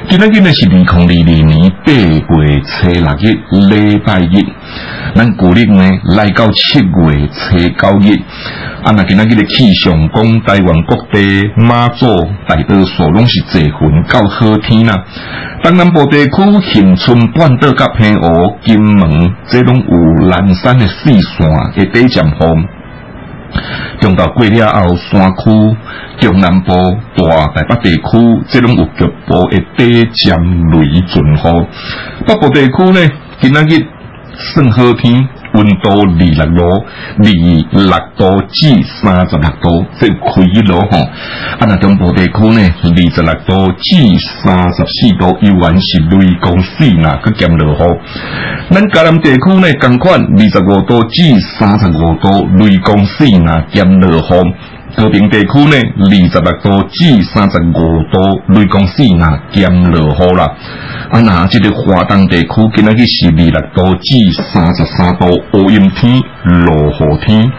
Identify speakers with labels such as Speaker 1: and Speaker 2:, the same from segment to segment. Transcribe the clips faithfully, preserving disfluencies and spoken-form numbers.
Speaker 1: 今仔日呢是二零二二年八月初六日禮拜日，咱舊曆呢來到七月初九日。啊，那今仔日的氣象講，台灣各地馬祖大多數攏是濟雲較好天啦。東南部地區恆春半島甲平湖、金門，這攏有南山的四線會底漸風。中到過了後，山區、中南部、大台北地區，這種有局部會底漸雷陣雨。北部地區呢，今仔日算好天，溫度二六度，二六度至三十六度，即開落吼。啊，那中部地區呢，二十六度至三十四度，依然是雷公水呐，佮兼落雨。咱嘉南地區呢，同款二十五度至三十五度，雷公水呐，兼落雨。和平地區呢，二十六度至三十五度，雷公水呐，兼落雨啦。啊，那這個華東地區今仔日是二六度至三十三度，烏陰天、落雨天。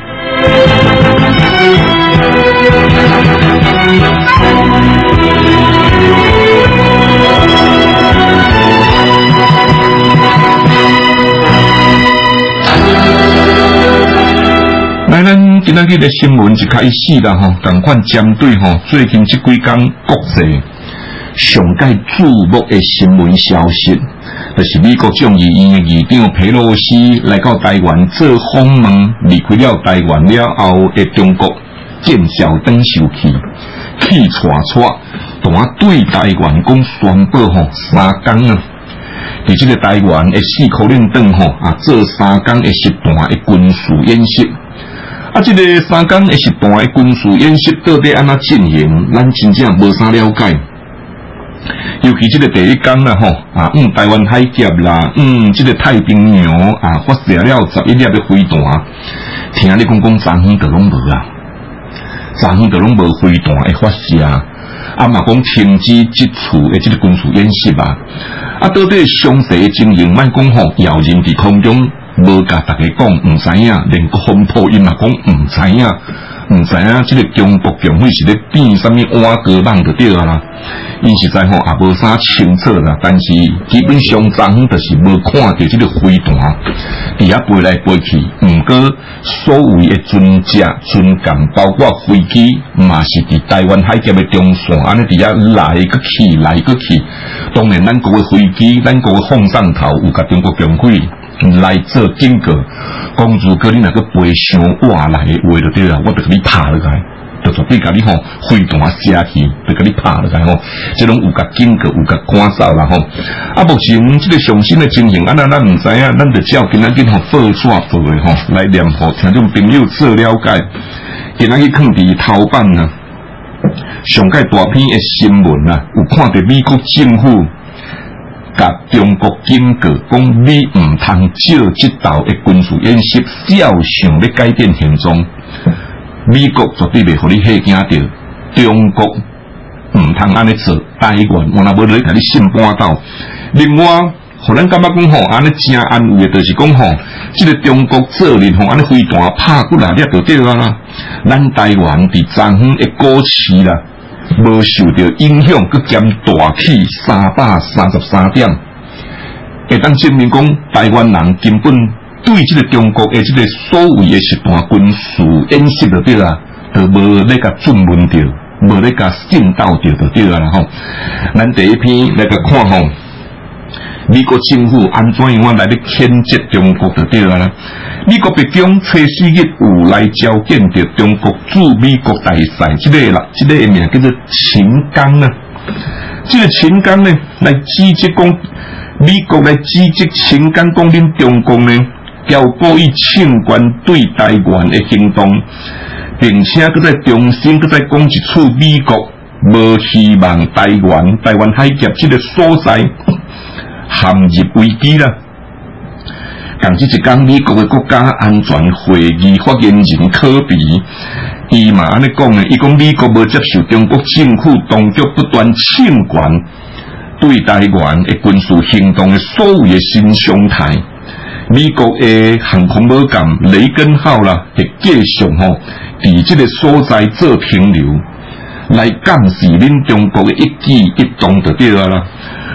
Speaker 1: 來，咱今仔日的新聞一開始啦，吼，同款針對吼最近這幾天國際上界注目的新聞消息，就是美國眾議院的議長裴洛西來到台灣做訪問，離開了台灣了後的中國見笑轉受氣，氣挫挫，同啊對台灣講宣布吼三天啊，喺這個台灣的四口令等吼啊做三天的實彈的軍事演習。啊，這個三天的實彈的軍事演習到底安怎進行？咱真正無啥了解。尤其這個第一天啦，吼啊，嗯，台灣海峽啦，嗯，這個太平洋啊，發射了十一粒的飛彈，聽你講講，昨昏就攏無啊，昨昏就攏無飛彈的發射，啊嘛講停止這次的這個軍事演習啊，啊，到底詳細的情形，莫講吼，謠言佇空中。無甲大家講唔知影，連國防部因嘛講唔知影，唔知影，即個中國共會是咧變啥物碗糕網就對啊啦。因實在吼也無啥清楚啦，但是基本上昨昏就是無看到即個飛彈佇遐飛來飛去。毋過所有嘅軍艦、軍艦，包括飛機，嘛是佇台灣海峽嘅中線，安尼佇遐來個去，來個去。當然，咱國嘅飛機，咱國嘅放上頭有甲中國共會。來做警告，講如果你那個飛上瓦來的話就對啦，我就給你拍落來，就絕對給你吼飛彈射去，就給你拍落來吼。這種有甲警告，有甲趕走啦吼。啊，目前這個上新的情形，啊那咱唔知影，咱就照今仔日吼報紙報的吼來念互聽眾朋友做了解。今仔日放佇頭版啊，上界大篇的新聞啊，有看到美國政府。甲中國警告講，你唔通照這道嘅軍事演習，照想要改變現狀。美國絕對袂互你嚇驚到，中國唔通安尼做，台灣我若無咧甲你信半道。另外，互咱感覺講吼，安尼真安慰嘅，就是講吼，即、這個中國做人吼，安尼飛彈拍過來，你就對啊啦。咱台灣佇昨昏嘅股市啦。無受到影響，佮兼大起三百三十三點，會當證明講台灣人根本對這個中國的這個所謂的實彈軍事演習就對啦，就無咧甲詢問到，無咧甲信道到就對啦吼。咱第一篇來甲看吼，美國政府安怎樣來咧譴責中國就對啦。美國白宮初四日有來召見着中國駐美國大使，即、這個啦，即、這個名叫做秦剛啊。即、這個秦剛呢，來指責講美國來指責秦剛講，恁中國呢，要故意侵權對台灣的行動，並且佮在重新佮在講一次，美國無希望台灣台灣海峽即個所在陷入危機啦。同時一講美國嘅國家安全會議發言人科比，伊嘛安尼講嘅，伊講美國無接受中國政府當局不斷侵權對台灣嘅軍事行動嘅所有嘅新常態。美國嘅航空母艦雷根號啦，會繼續吼佇即個所在做停留，來監視恁中國嘅一舉一動就對啦。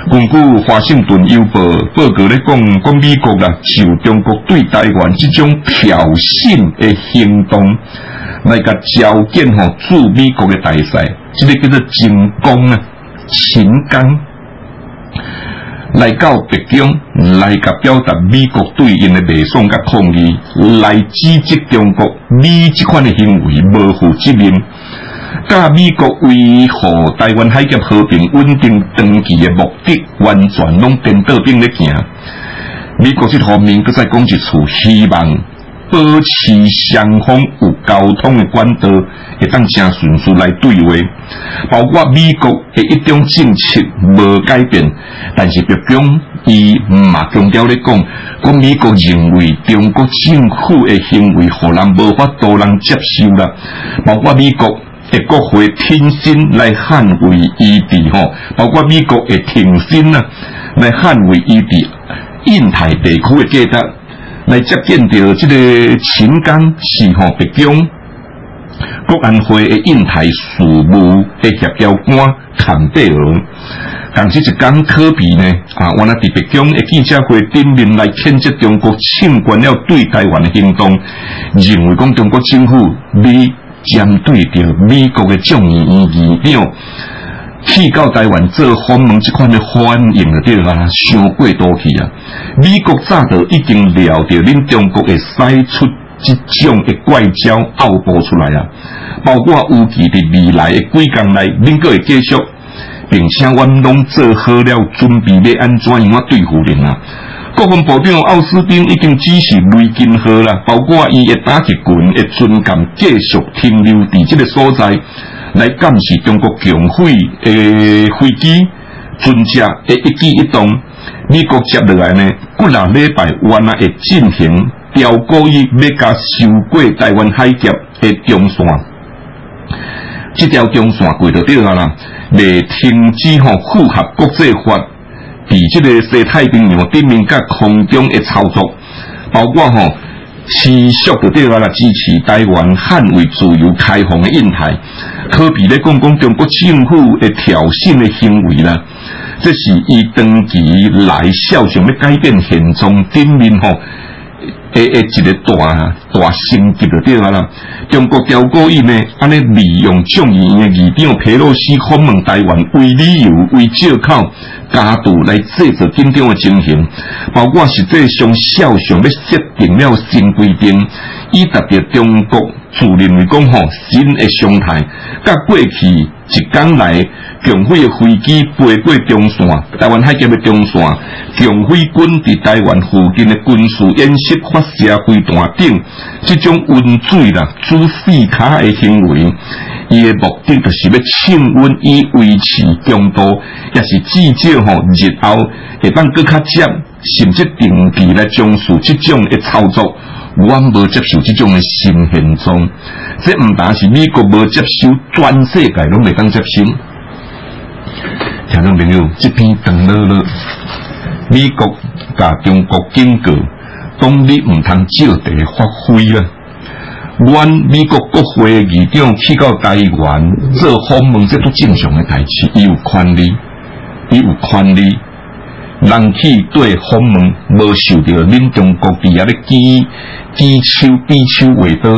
Speaker 1: 根据华盛顿邮报报告咧讲，讲美国啦，就中国对台湾这种挑衅的行动，来甲召见吼驻美国的大使，这个叫做秦刚啊，秦刚。来到北京，来甲表达美国对因的媚爽甲抗议，来指责中国美这款的行为无负责任，甲美国维护台湾海峡和平稳定长期的目的完全拢颠倒并咧行。美国这方面，佮再讲一次，希望保持双方有交通的管道，会当正顺序来对话。包括美国的一种政策无改变，但是北京伊嘛强调咧讲，讲美国认为中国政府的行为，互人无法度人接受啦。包括美国的国会挺身来捍卫伊伫吼，包括美国的挺身啊，来捍卫伊伫印太地区的价值。来接见到这个秦刚是吼北京国安会的印太事务的协调官坎贝尔，但是一讲科比呢啊，原来伫北京的记者会顶面来谴责中国侵权了对台湾的行动，认为讲中国政府你针对着美国的众议院议长去到台湾做访问这款的反应就对啦，伤过多去啊！美国早就已经料到恁中国会使出这种的怪招拗步出来啊，包括有期伫未来的几天内，恁个会继续，并且阮拢做好了准备要安怎样对付恁啊！国防部长奥斯汀已经指示雷金号啦，包括伊的打击群的军舰继续停留伫这个所在。来监视中国强飞诶飞机、军舰诶一举一动。美国接落来呢，过两礼拜原来会进行调高伊要甲收过台湾海峡诶中线。这条中线过就对啦，未停止吼符合国际法，伫这个西太平洋顶面甲空中诶操作，包括吼持续就对啦，支持台湾捍卫自由开放诶印太。科比咧讲讲中国政府的挑衅的行为啦，这是伊长期来想想要改变现状顶面吼诶诶一个大大升级就对啦。中国调高伊呢，安尼利用众议院的议长佩洛西访问台湾为理由为借口，加度来制造紧张的情形，包括实际上小上要设定了新规定，以达到中国自认为讲吼新的常态，甲过去一天来强飞的飞机飞过中线，台湾海峡的中线，强飞军伫台湾附近的军事演习发射飞弹等，这种温水啦、煮死卡的行为，伊的目的就是要庆温以维持中度，也是至少吼日后会当更较接，甚至定期来从事这种的操作。我无接受这种的新现状，这唔但是美国无接受，全世界拢未当接受。听众朋友，这篇长了了，美国甲中国警告，讲你唔通借题发挥啦。阮美国国会议长去到台湾做访问，这都正常的代志，伊有权利，伊有权利。人去对访问，无受到恁中国伫遐咧举举手比手画刀，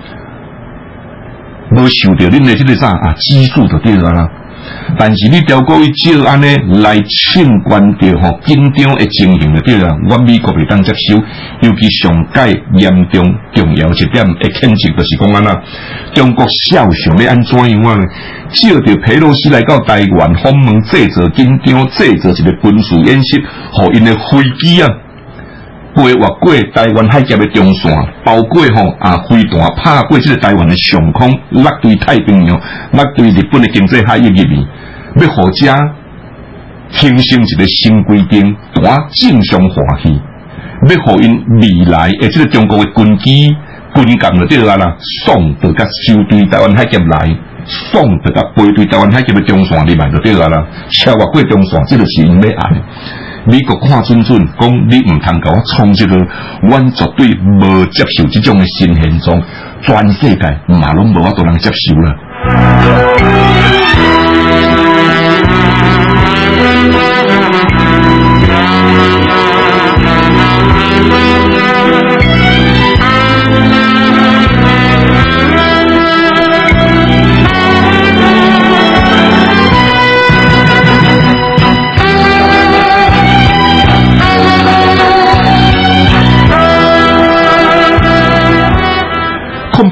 Speaker 1: 无受到恁的这个啥啊指数就对啦。但是你调过伊照安尼来庆关着吼紧张的情形就对啦，我美国袂当接受，尤其上界严重重要一点的谴责就是讲安那，中国小想要安怎样啊？照着佩洛西来到台湾访问，制造紧张，制造一个军事演习，互因的飞机啊飞越过台湾海峡的中线，包括吼啊飞弹拍过这个台湾的上空，落对太平洋，落对日本的经济海域入面，要互遮形成一个新规定，弹正常化去，要互因未来的这个中国的军机、军舰就对啦啦，送到甲收对台湾海峡来，送到甲飞对台湾海峡的中线入面就对啦啦，超越过中线，这就是因要爱。美国看准准，讲你唔通甲我创这个，阮绝对无接受这种的新现状，全世界嘛拢无法度人接受啦。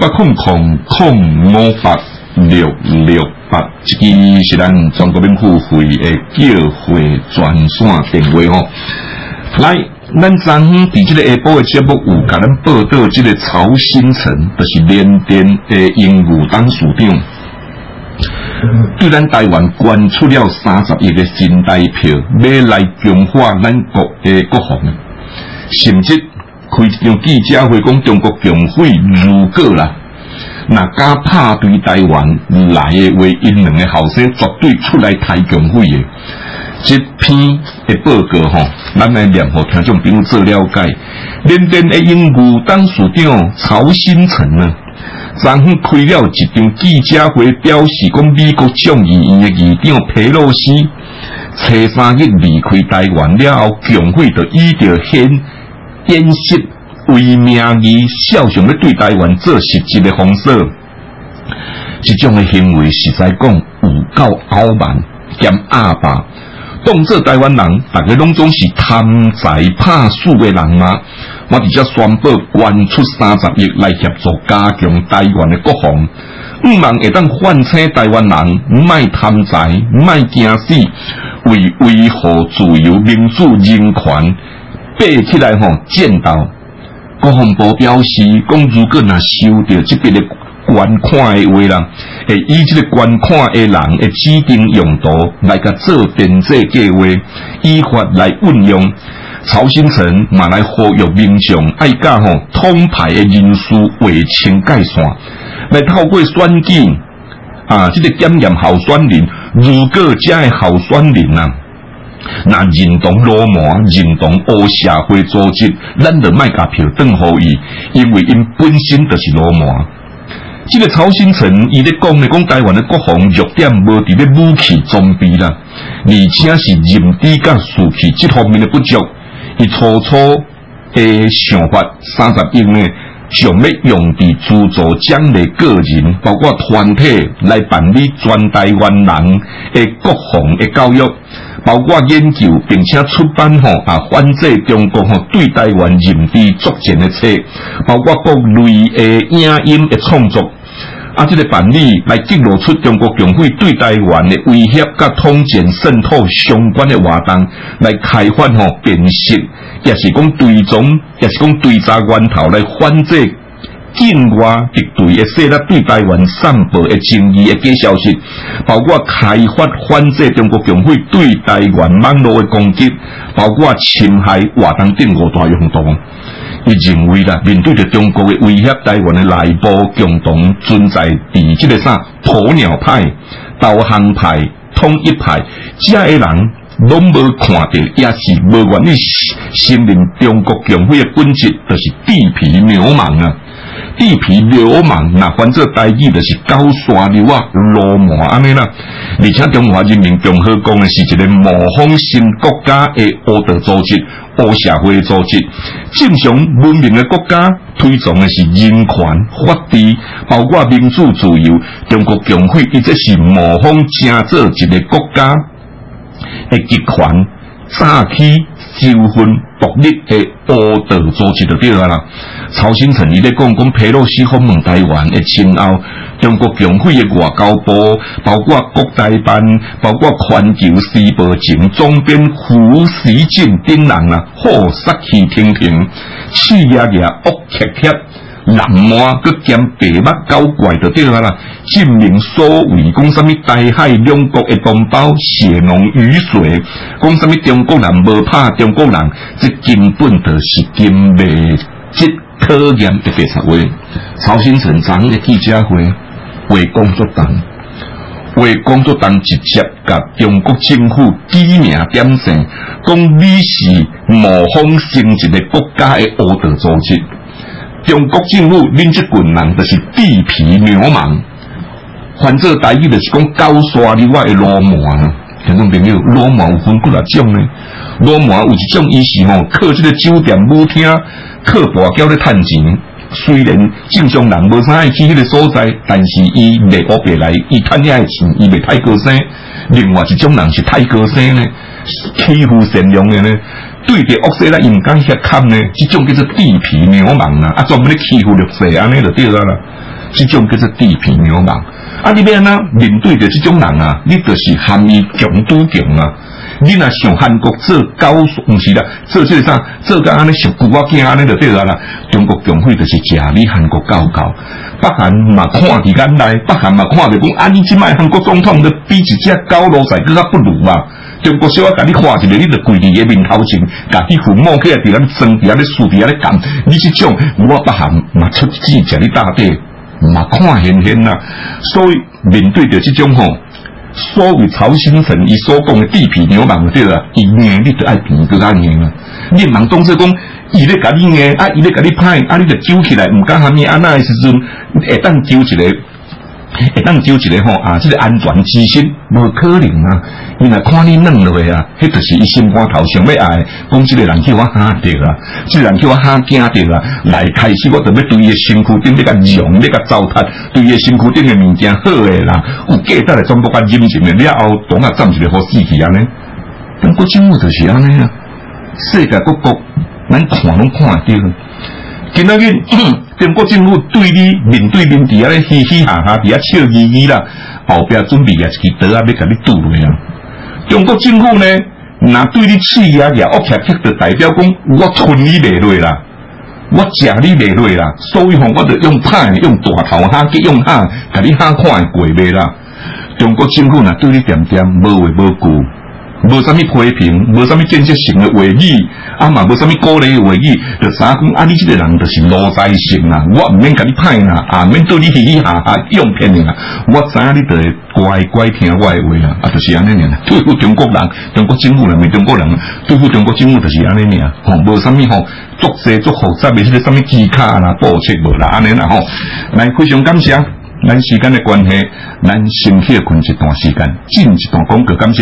Speaker 1: 空空空五八六六八，这个是咱中国民付费的叫会专线电话哦。来，咱昨昏伫这个下晡的节目有甲咱报道，这个曹新成就是联电的英务董事长，对咱台湾捐出了三十亿的新台票，要来强化咱国的国防，甚至开一场记者会讲，中国共匪如果啦，若敢拍对台湾来的话，因两个后生绝对出来抬共匪的。这篇的报告吼，咱来念互听众朋友做了解。联电的英务董事长曹新成呢，昨昏开了一场记者会，表示讲美国众议院的议长佩洛西初三日离开台湾了后，共匪就依着现演习为名义，照常要对台湾做实质的封锁。这种的行为实在讲有够傲慢兼阿爸。当做台湾人，大家拢总是贪财怕输的人吗？我直接宣布捐出三十亿来协助加强台湾的国防，毋望会当唤醒台湾人，莫贪财，莫惊死，为维护自由、民主、人权，爬起来吼战斗。国防部表示，讲如果若收到这笔的捐款的话啦，会以这个捐款的人的指定用途来甲做编制计划，依法来运用。曹新成嘛来呼吁民众爱甲吼统派的人士划清界线，来透过选举啊，这个检验候选人，如果这个候选人啊，那认同罗马、认同黑社会组织，咱就莫甲票转互伊，因为因本身就是罗马。这个曹新成伊咧讲咧，讲台湾的国防弱点无伫咧武器装备啦，而且是认知甲士气这方面的不足。伊初初的想法，三十亿呢，想要用伫资助奖励个人，包括团体来办理全台湾人的国防的教育，包括研究并且出版吼啊反制中国吼对台湾认知作战的册，包括各类的影音的创作。啊，这个办理来揭露出中国共匪对台湾的威胁、甲统战渗透相关的活动，来开发吼辨识，也是讲追踪，也是讲追查源头来反制境外敌对的势力对台湾散布的争议的假消息，包括开发反制中国共匪对台湾网络的攻击，包括侵害活动等五大用途。伊认为啦，面对着中国的威胁，台湾的内部共同存在伫即个啥鸵鸟派、导航派、统一派，这个人拢无看到，也是无愿意承认中国共匪的本质，就是地痞流氓啊！地痞流氓，那反正台语就是高山流啊、罗马安尼啦。而且中华人民共和国呢是一个模仿新国家的黑道组织、黑社会组织。正常文明的国家推崇的是人权、法治，包括民主自由。中国共匪伊这是模仿正做一个国家的集权、诈欺、纠纷、独立的黑道组织就对了啦。曹新成伊咧讲讲，佩洛西访问台湾的前后，中国共匪的外交部，包括国台办，包括环球时报前总编胡锡进等人啊，好杀气腾腾，气压压，恶贴贴。蓝满佮兼白目搞怪就对啦啦，证明所谓讲什么台海两国的同胞血浓于水，讲什么中国人无怕中国人，这根本就是经未即考验的白话话。曹新成昨的记者会为工作党，为工作党直接甲中国政府指名点姓，讲你是模仿成一个国家的黑道组织。中国政府恁这群人就是地痞流氓，反正台语就是讲高山里外的罗马啊。听众朋友，罗马有分几啊种呢？罗马有一种伊是吼靠这个酒店舞厅、靠跋筊咧趁钱。虽然正常人无啥爱去迄个所在，但是伊袂乌白来，伊趁遐钱，伊袂太高兴。另外一种人是太高兴呢，欺负善良的呢。对着恶势啦，伊唔敢遐砍呢，这种叫做地痞流氓啊！啊，专门咧欺负弱势，安尼就对啦啦。 这种叫做地痞流氓。啊，你要安怎面对着这种人啊，你就是含义强拄强啊。你若上韩国做高，唔是啦，做这个啥，做甲安尼熟久我惊安尼就对啦啦。中国共匪就是食你韩国教教，北韩嘛看伫眼内，北韩嘛看着讲，啊你即摆韩国总统都比一只狗路赛更加不如啊！中国小可甲你看一个，你就跪伫个面头前，甲你父母起来伫安尼装伫安尼树伫安尼干，你即种我北韩嘛出钱食你大底，嘛看现现啦。所以面对着即种吼。所谓曹新成伊所讲的地痞流氓对啦，伊硬你就爱变更加硬啊！你人当作讲，伊咧甲你硬，啊伊咧甲你歹，啊你就揪起来，唔敢喊你安那的时阵，会当揪一个，会当揪一个吼啊，这个安全之心，无可能啊！伊若看你软落去啊，迄就是伊心肝头上要爱，讲这个人叫我吓着啊，这个人叫我吓惊着啊！来开始我就要对伊的身躯顶咧甲用，咧甲糟蹋，对伊的身躯顶的物件好诶啦，有价值来全部甲忍进来，了后当啊站一个好死去安尼。中国政府就是安尼啊，世界各国咱看拢看得到。今仔日中国政府对你面对面伫啊咧嘻嘻哈哈，伫啊笑嘻嘻啦，后壁准备啊一支刀啊要甲你堵落啊！中国政府呢，若对你气压压恶客客，就代表讲我吞你袂落啦，我食你袂落啦，所以吼我就用歹用大头哈，去用哈，甲你哈看会过袂啦。中国政府若对你点点无话无句。无啥物批评，无啥物建设性的话语，啊嘛无啥物鼓励的话语，就啥讲啊？你这个人就是路财性啊！我唔免甲你歹啦，啊免对你嘻嘻哈哈用骗你啦！我知影你就会乖乖听我的话啦，啊就是安尼尔。对付中国人，中国政府人咪中国人，对付中国政府就是安尼尔。吼，无啥物吼，作势作复杂的迄个啥物机卡啦、报册无啦，安尼啦吼。来，非常感谢。咱时间的关系，咱先去困一段时间，进一段广告，感谢。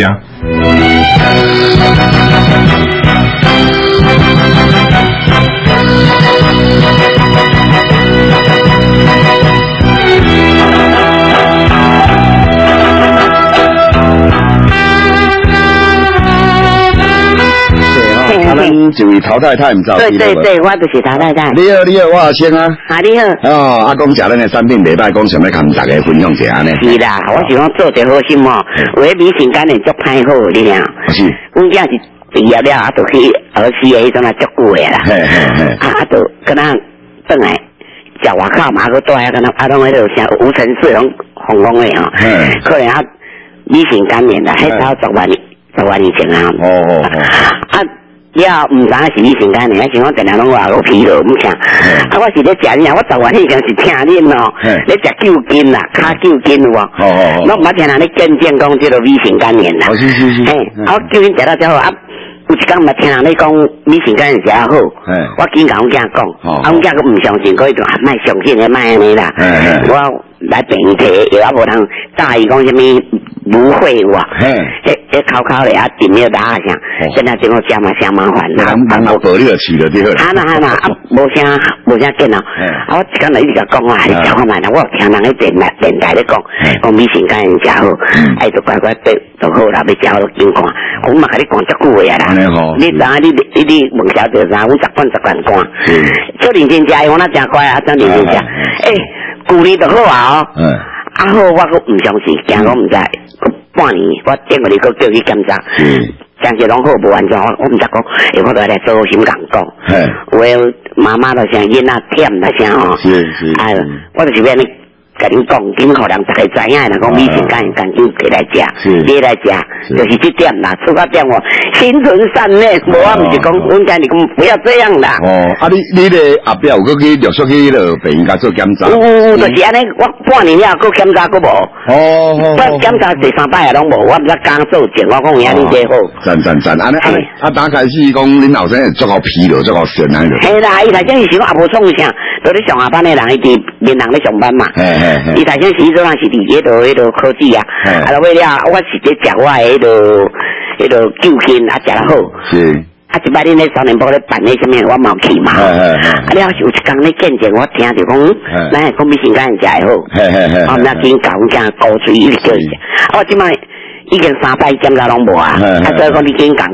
Speaker 2: 他们一位淘汰太唔知道。
Speaker 3: 对对对，我就是淘汰太。
Speaker 2: 你好，你好，我阿先啊。
Speaker 3: 啊，你好。
Speaker 2: 哦，阿公食咱的产品袂歹，讲想要同大家分享一下呢。
Speaker 3: 是啦，我想讲做得好心哦，有迄米线干的足歹好，你听。
Speaker 2: 是。
Speaker 3: 阮囝是毕业了，啊，就去儿时的迄种啊足久的啦。
Speaker 2: 嘿嘿嘿。
Speaker 3: 啊，就跟他转来，食外口嘛，佮带啊，跟他啊，拢迄落像无尘室拢红红的哦。嗯。可能啊，米线干面啦，迄早十万十万以前啊。哦哦哦。啊。了唔知是米线干的，想讲定定拢话个疲劳唔像，啊我是咧食呢，我十万以前是听恁哦，咧食九斤啦，卡九斤有无？哦哦我唔捌听人咧见证讲这个米线干面啦。
Speaker 2: 哦是是是。
Speaker 3: 嘿，啊我叫恁食到最好啊，有一工捌听人咧讲米线干面食好，我紧甲阮囝讲，啊阮囝佫唔相信，佫伊就莫相信咧，莫安尼啦。我来病摕药啊，无通大伊讲什么芦荟哇，迄迄口口咧啊，点了打下，现在这个食嘛真麻烦啦。
Speaker 2: 人人无道理就饲了对了。
Speaker 3: 哈啦哈啦，啊无啥无啥见咯。啊我一工来一直甲讲啊，你听看卖啦，我听人喺电台电台咧讲，讲米线干食好，哎就乖乖对就好啦，要食好紧看。我嘛甲你讲足久诶啦。你知影你你你问晓得啥？阮习惯习惯讲。做认真食，我那真乖啊，真认真食。诶，旧年就好啊哦。啊好，我佫唔相信，惊我唔知，半年我电话里佫叫去检查，暂时拢好无完全，我我唔知讲，诶，我都来做心讲讲，我妈妈就像囡仔忝啦啥吼，是是，哎，我就是要你甲恁讲，今互人大家知影啦，讲米线干干紧过来食，你来食，就是这点啦，出发点哦，心存善念，无我唔是讲，阮家你讲不要这样啦。
Speaker 2: 哦，啊你你咧后壁有佫去陆续去落病院甲做检查？
Speaker 3: 有有有，就是安尼，我半年了，佫检查佫无。哦哦。我检查第三摆也拢无，我毋知刚做前，我讲遐尼济好。
Speaker 2: 赞赞赞，安尼安尼，啊打开始讲恁后生做到疲劳，做到神安尼。
Speaker 3: 嘿啦，伊头先是想也无创啥，都咧上下班的人，伊伫面人咧上班嘛。伊头先是迄种人是伫迄度迄度科技啊，啊，为了我是伫食我迄度迄度救星啊，食得好。是。啊，一摆恁咧少年部咧办咧什么，我冇去嘛。啊，了有一工咧见证，我听着讲，咱系讲米线干食会好。我毋知紧教阮囝高嘴一直叫伊食。啊，我即摆已经三摆检查拢无啊，啊，所以讲你紧共讲。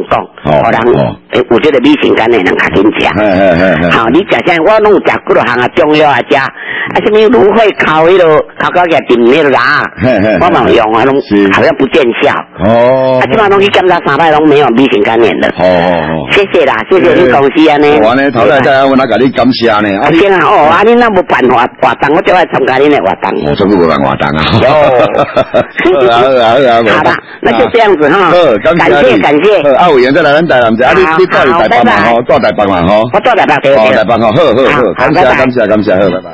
Speaker 3: 哦，人诶，有这个美心肝的人较紧食。
Speaker 2: 嘿嘿嘿。
Speaker 3: 好，你食啥？我拢有食几落项啊，中药啊食，啊什么芦荟烤迄落烤到个顶那个啦，我冇用啊，拢好像不见效。哦。啊，基本上拢去检查三摆拢没有美心肝炎的。哦哦哦。谢谢啦，谢谢你公司安尼。
Speaker 2: 我呢，头仔仔我哪甲你感谢呢？
Speaker 3: 啊，先啊，哦，啊，你那无办活活动，我就爱参加你的活动。
Speaker 2: 我怎么无办活动啊？
Speaker 3: 有。
Speaker 2: 好啊好啊。
Speaker 3: 好吧，那就这样子哈。感谢感谢。
Speaker 2: 啊，委员再来咱台南者，啊，你你到台北嘛吼，到台北嘛吼。
Speaker 3: 我到台北对。
Speaker 2: 哦，台北吼，好好好，感谢感谢感谢，好，拜拜。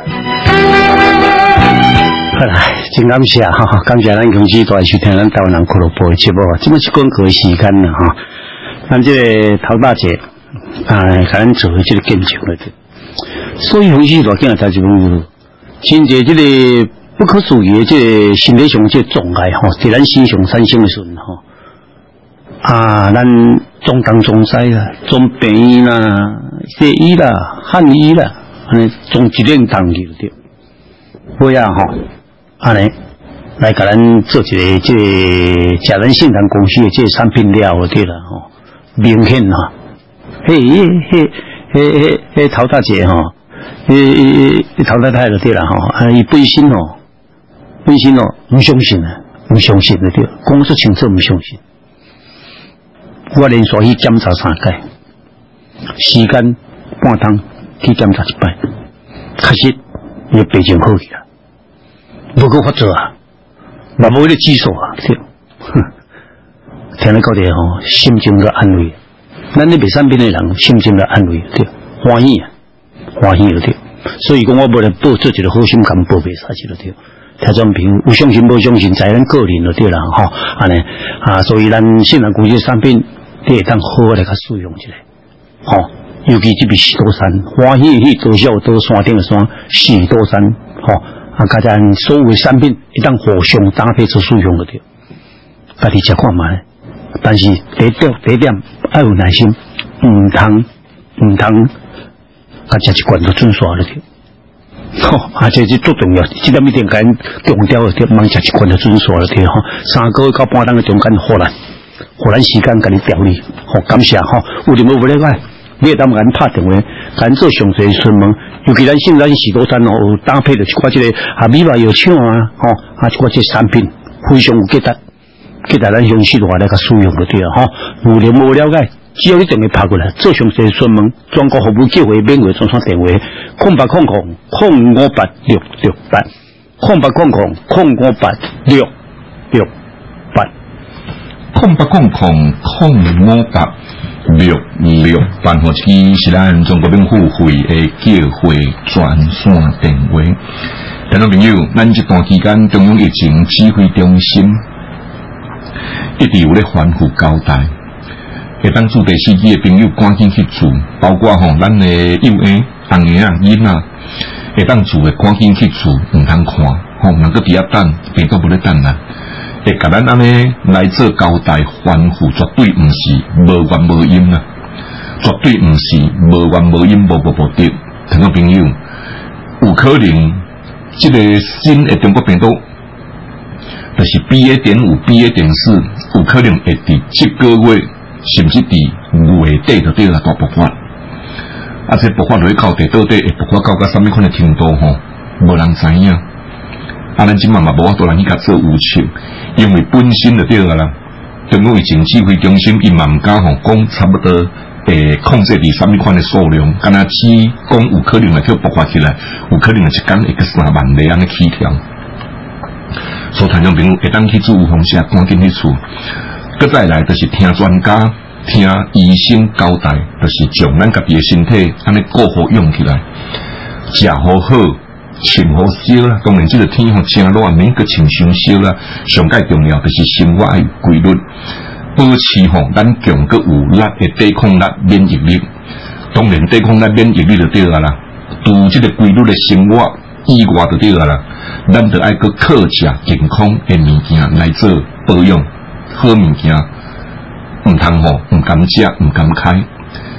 Speaker 4: 好啦，真感谢哈，感谢咱公司大收听咱台湾人俱乐部的节目，这么一广告时间啦哈，咱这个头大姐啊，给咱做这个见证了的，所以公司大囝才是讲，真侪这个不可思议的这个身体上这障碍哈，在咱身上产生的时候哈。啊，咱中东中西啦，中病医啦、西医啦、汉医啦，安尼从一连当去就对。好呀吼，安尼来甲咱做一个这个甲咱信达公司的这个产品了对啦吼，明显哈，嘿嘿嘿嘿嘿嘿陶大姐吼，嘿陶太太就对啦吼，啊伊本身哦，本身哦唔相信啊，唔相信就对，讲说清楚唔相信。我连续去检查三届，时间半冬去检查一摆，确实伊病情好去啦，无够发作啊，嘛无迄个指数啊，对，听你讲的吼，心情个安慰，咱咧卖产品的人心情个安慰，对，欢喜啊，欢喜就对，所以讲我无来报做一个好心肝报卖啥子就对。听众朋友，有相信无相信，在咱个人就对啦，吼，安尼啊，所以咱信任公司产品。你会当好好来甲使用一下，吼、哦，尤其这边喜多山，欢喜去多少多山顶的山，喜多山，吼、哦，啊，加咱所有的产品一旦互相搭配做使用就对，家己食看卖，但是第一点第一点要有耐心，唔通唔通，甲食一罐就准煞了对。吼、哦，啊，这是最重要，这点一定甲强调的对，莫食一罐就准煞了对吼，三个月到半当的中间好难。互咱时间甲你调理，吼感谢吼，有任何不理解，你会当甲咱拍电话，甲咱做详细询问。尤其咱现在许多山哦，有搭配着一寡即个啊米白药厂啊，吼啊一寡即产品非常有价值，价值咱详细落来甲使用就对啊，吼。有任何不了解，只要你电话拍过来，做详细询问，全国服务机会免费专线电话：空八空空空五八六六八，空八空空空五八六六八。
Speaker 1: 空八空空空五八六六八，或者是咱中国政府会的叫会专线电话。听众朋友，咱这段期间中央疫情指挥中心一直有咧反复交代，会当住第四季的朋友赶紧去住，包括吼咱的幼儿、红儿啊、囡仔，会当住的赶紧去住，唔通看，吼，能够伫遐等，病毒不咧等啦。会甲咱安尼来做交代反复，绝对毋是无缘无因啊！绝对毋是无缘无因、无无无得。听众朋友，有可能这个新的中国病毒，就是 B A 点五、B A 点四，有可能会伫这个月，甚至伫月底就对啦大爆发。啊，这爆发落去到底到底会爆发到个什么款的程度吼？无人知影。啊，咱即嘛嘛无法度人去甲做预测，因为本身就对了啦。中央疫情指挥中心伊嘛毋敢吼讲差不多诶控制伫啥物款的数量，敢若只讲有可能会去爆发起来，有可能一天会去三万例安尼起跳。所以听众朋友会当去做方式赶紧去厝，佮再来就是听专家、听医生交代，就是将咱家己的身体安尼顾好用起来，食好好。穿好少啦，当然这个天吼真热，免个穿伤少啦。上介重要就是生活有规律，保持吼咱强个有力的抵抗力、免疫力。当然抵抗力、免疫力就对啦啦。除这个规律的生活以外就对啦啦，咱就爱个靠食健康的物件来做保养，好物件唔通吼唔敢食唔敢开。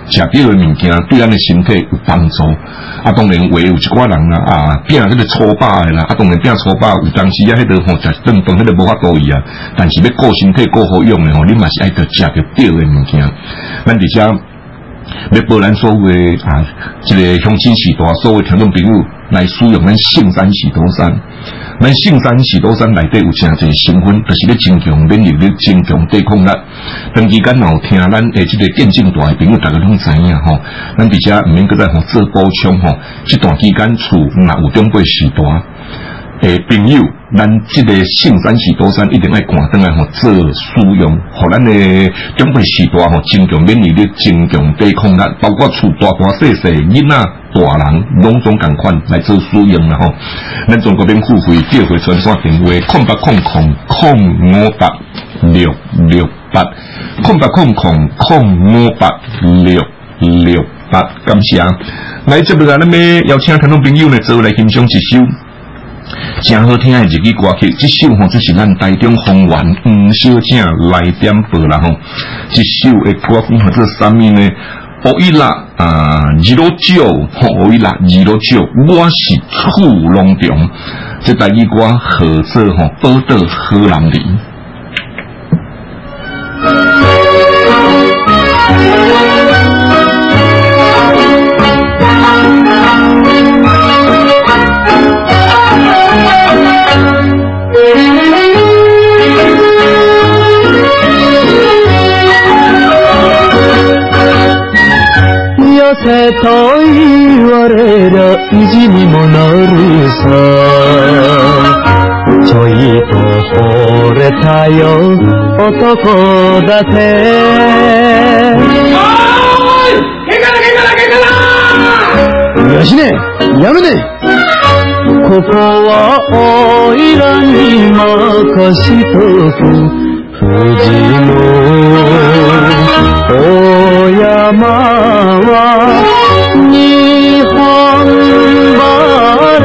Speaker 1: 食到的物件对咱的身体有帮助。啊，当然话有一寡人啦，啊，变迄个粗饱的啦，啊，当然变粗饱，有当时啊，迄个吼食顿顿迄个无法度伊啊，但是要顾身体顾好用的吼，你嘛是爱得食着对的物件。咱伫遮要保咱所有的啊，这个乡亲时代所有听众朋友来使用咱圣山喜多山。咱圣山喜多山内底有真侪成分，就是咧增强免疫力、增强抵抗力。长期间有听咱诶即个电竞大的朋友，大家拢知影吼。咱伫遮毋免搁再互做补充吼。即段期间厝若有长辈时代诶朋友，咱即个圣山喜多山一定爱赶转来吼做使用，互咱诶长辈时代吼增强免疫力、增强抵抗力，包括厝大大细细囡仔。大人拢总共款来做使用啦吼，咱中国免付费电话专线电话：空八空空空五八六六八，空八空空空五八六六八。感谢。来这边咱要邀请听众朋友呢，做来欣赏一首真好听的日语歌曲。这首吼，就是咱台中丰原黄小姐来点播啦吼。这首的歌曲叫做啥物呢？哦伊啦啊，二六九，哦伊啦二六九，我是厝拢中，这台语歌合作吼，报道好人里。
Speaker 5: 寄せと言われりゃ意地にもなるさちょいと惚れたよ男だっておーいけんかだけんかだけんかだよしねやめねここはおいらに任しとく富士のお山は日本晴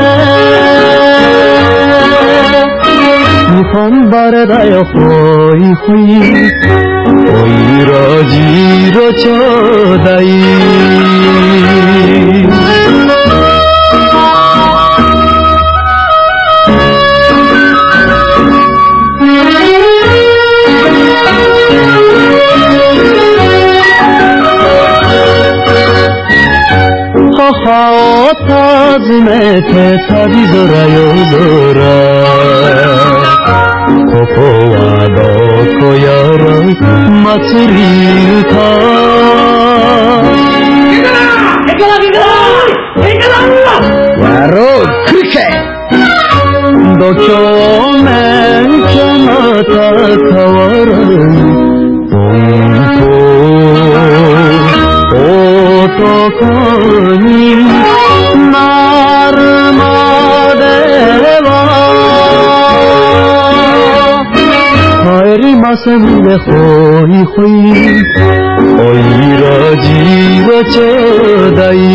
Speaker 5: れ日本晴れだよほいほいおいらじろちょうだい母を訪ねて旅空夜空ここはどこやら祭り歌いかないかないいかないやろう来るけ度胸免許また変わらぬ本当男になるまでは帰りませんねほいほいおいらじはちょうだい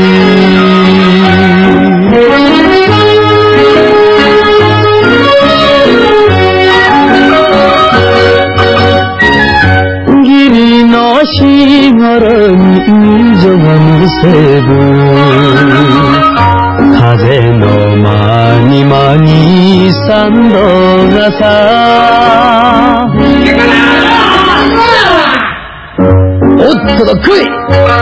Speaker 5: 義理のしがらに溝がむせぶ風の間に間に三度がさおっとど来い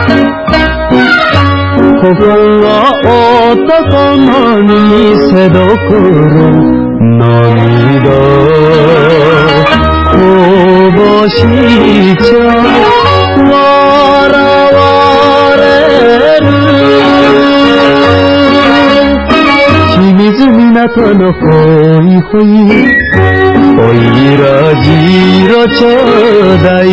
Speaker 5: ここが男の見せどころ涙こぼしちゃ笑われる清水港のほいほいおいらじろちょうだい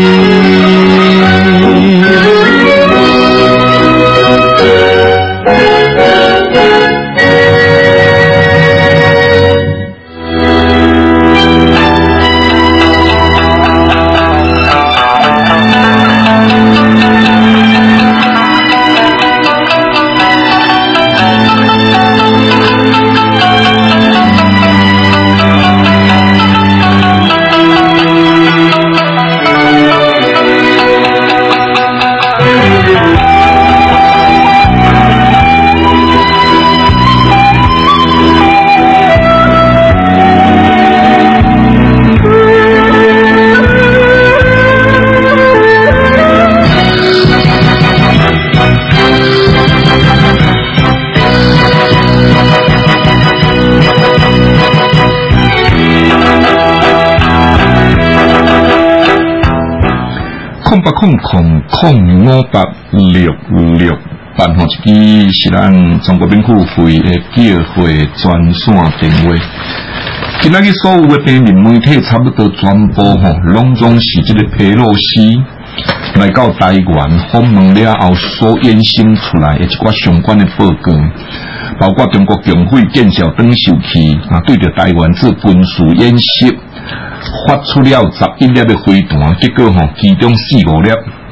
Speaker 1: 八空空空五八六六八吼，一支是咱中国民库会的叫会专线电话。今仔日所有的平面媒体差不多全部吼，拢总是这个佩洛西来到台湾访问了后所衍生出来的一寡相关的报告，包括中国共会建设长寿期啊，对着台湾做军事演习，发出了十一粒的飞弹，结果吼，其中四五粒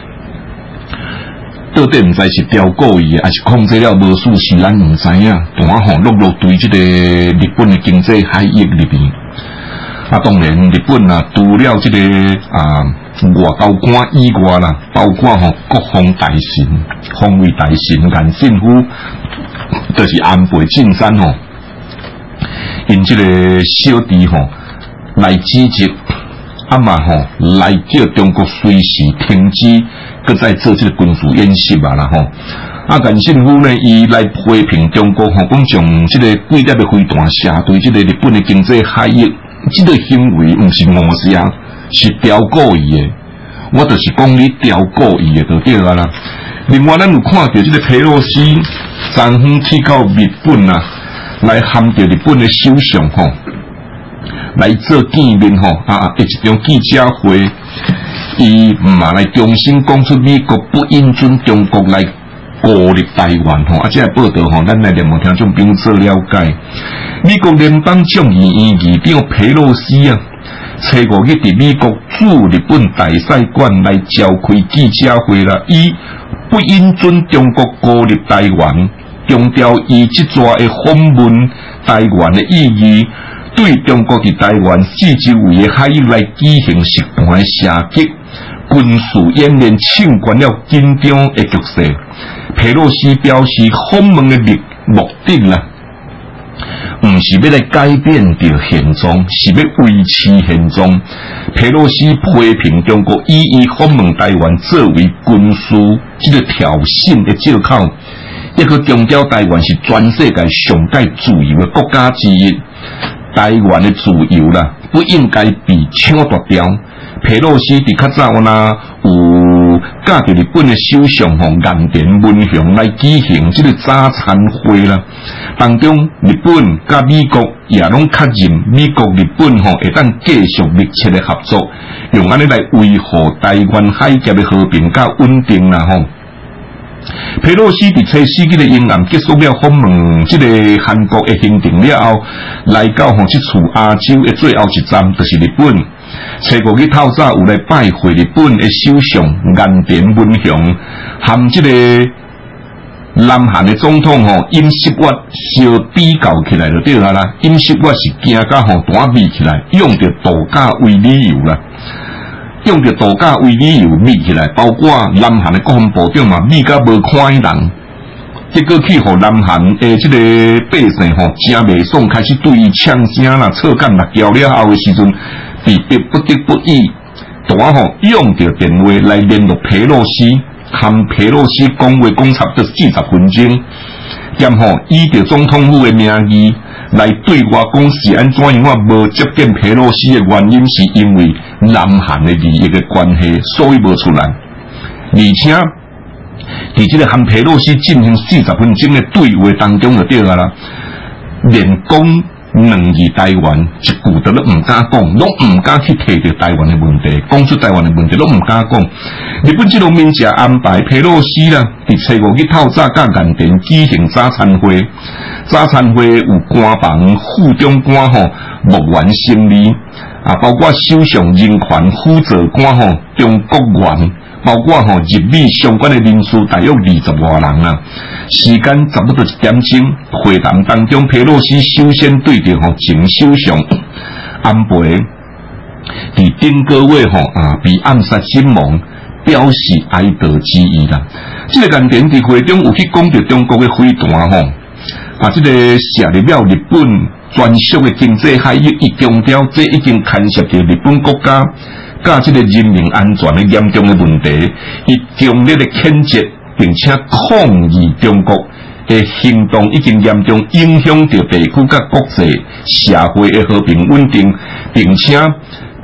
Speaker 1: 到底唔知是雕故意，还是控制了无数是咱唔知影，弹吼落落对这个日本的经济海域里边。啊，当然日本啊，除了这个啊外交官以外啦，包括吼国防大臣、防卫大臣颜信夫，就是安倍晋三吼，因这个小弟吼来指责，啊嘛吼来叫中国随时停止。搁在做这个军事演习嘛啦吼，啊，颜信夫呢，伊来批评中国吼，讲将这个几粒的飞弹射对这个日本的经济海域，这个行为唔是误射，是雕故意的。我就是讲你雕故意的就对啊啦。另外，咱有看到这个佩洛西昨昏去到日本啊，来含着日本的首相吼，来做见面吼，啊，一场记者会。伊嘛来重新讲出美国不应准中国来孤立台湾吼，啊，这报道吼，咱来连网听众朋友做了解。美国联邦众议院议长佩洛西啊，初五日伫美国驻日本大使馆来召开记者会啦，伊不应准中国孤立台湾，强调伊即抓的访问台湾的意义。对中国伫台湾四周围的海域来举行实弹的射击、军事演练，侵关了紧张的局势。佩洛西表示，访问的目的啦，唔是要来改变着现状，是要维持现状。佩洛西批评中国以伊访问台湾作为军事这个挑衅的借口，一个强调台湾是全世界上界自由的国家之一。台湾的自由啦，不应该被抢夺掉。佩洛西伫较早呐，有甲着日本的首相吼岸田文雄来举行这个早餐会啦。当中，日本甲美国也拢确认，美国日本吼会当继续密切的合作，用安尼来维护台湾海峡的和平甲稳定啦吼。佩洛西伫初四日的英案结束了访问这个韩国的行程了后，来到吼这处亚洲的最后一站就是日本。初五日透早有来拜会日本的首相岸田文雄，和这个南韩的总统吼尹锡悦相比较起来就对啊啦。尹锡悦是惊甲吼大密起来，用着度假为理由啦。用着度假为理由密起来，包括南韩的国防部长嘛，密甲无看人，结果去互南韩诶这个百姓吼真袂爽，开始对伊呛声啦、臭干辣椒了后的时阵，被逼不得不已，大吼用着电话来联络佩洛西，和佩洛西讲话讲差不多四十分钟，然后以着总统府的名义。来对我讲是安怎样？我无接见佩洛西的原因，是因为南韩的利益的关系，所以无出来。而且，伫这个和佩洛西进行四十分钟的对话当中就对啊啦，连讲两字台湾一句都拢唔敢讲，拢唔敢去提到台湾的问题，讲出台湾的问题拢唔敢讲。日本这农民也安排佩洛西啦，伫初五日透早甲岸田举行早餐会。早餐会有官房副长官吼木原胜利啊，包括首相人权负责官吼中国元，包括吼日美相关的人士大约二十外人啊。时间差不多一点钟，会谈当中，佩洛西首先对着吼前首相安倍伫顶个月吼啊被暗杀身亡，表示哀悼之意啦。这个岸田伫会中有去讲着中国的飞弹吼。啊！这个涉入了日本专属的经济海域，伊强调这已经牵涉到日本国家甲这个人民安全的严重的问题，伊强烈的谴责，并且抗议中国的行动已经严重影响到地区甲国际社会的和平稳定，并且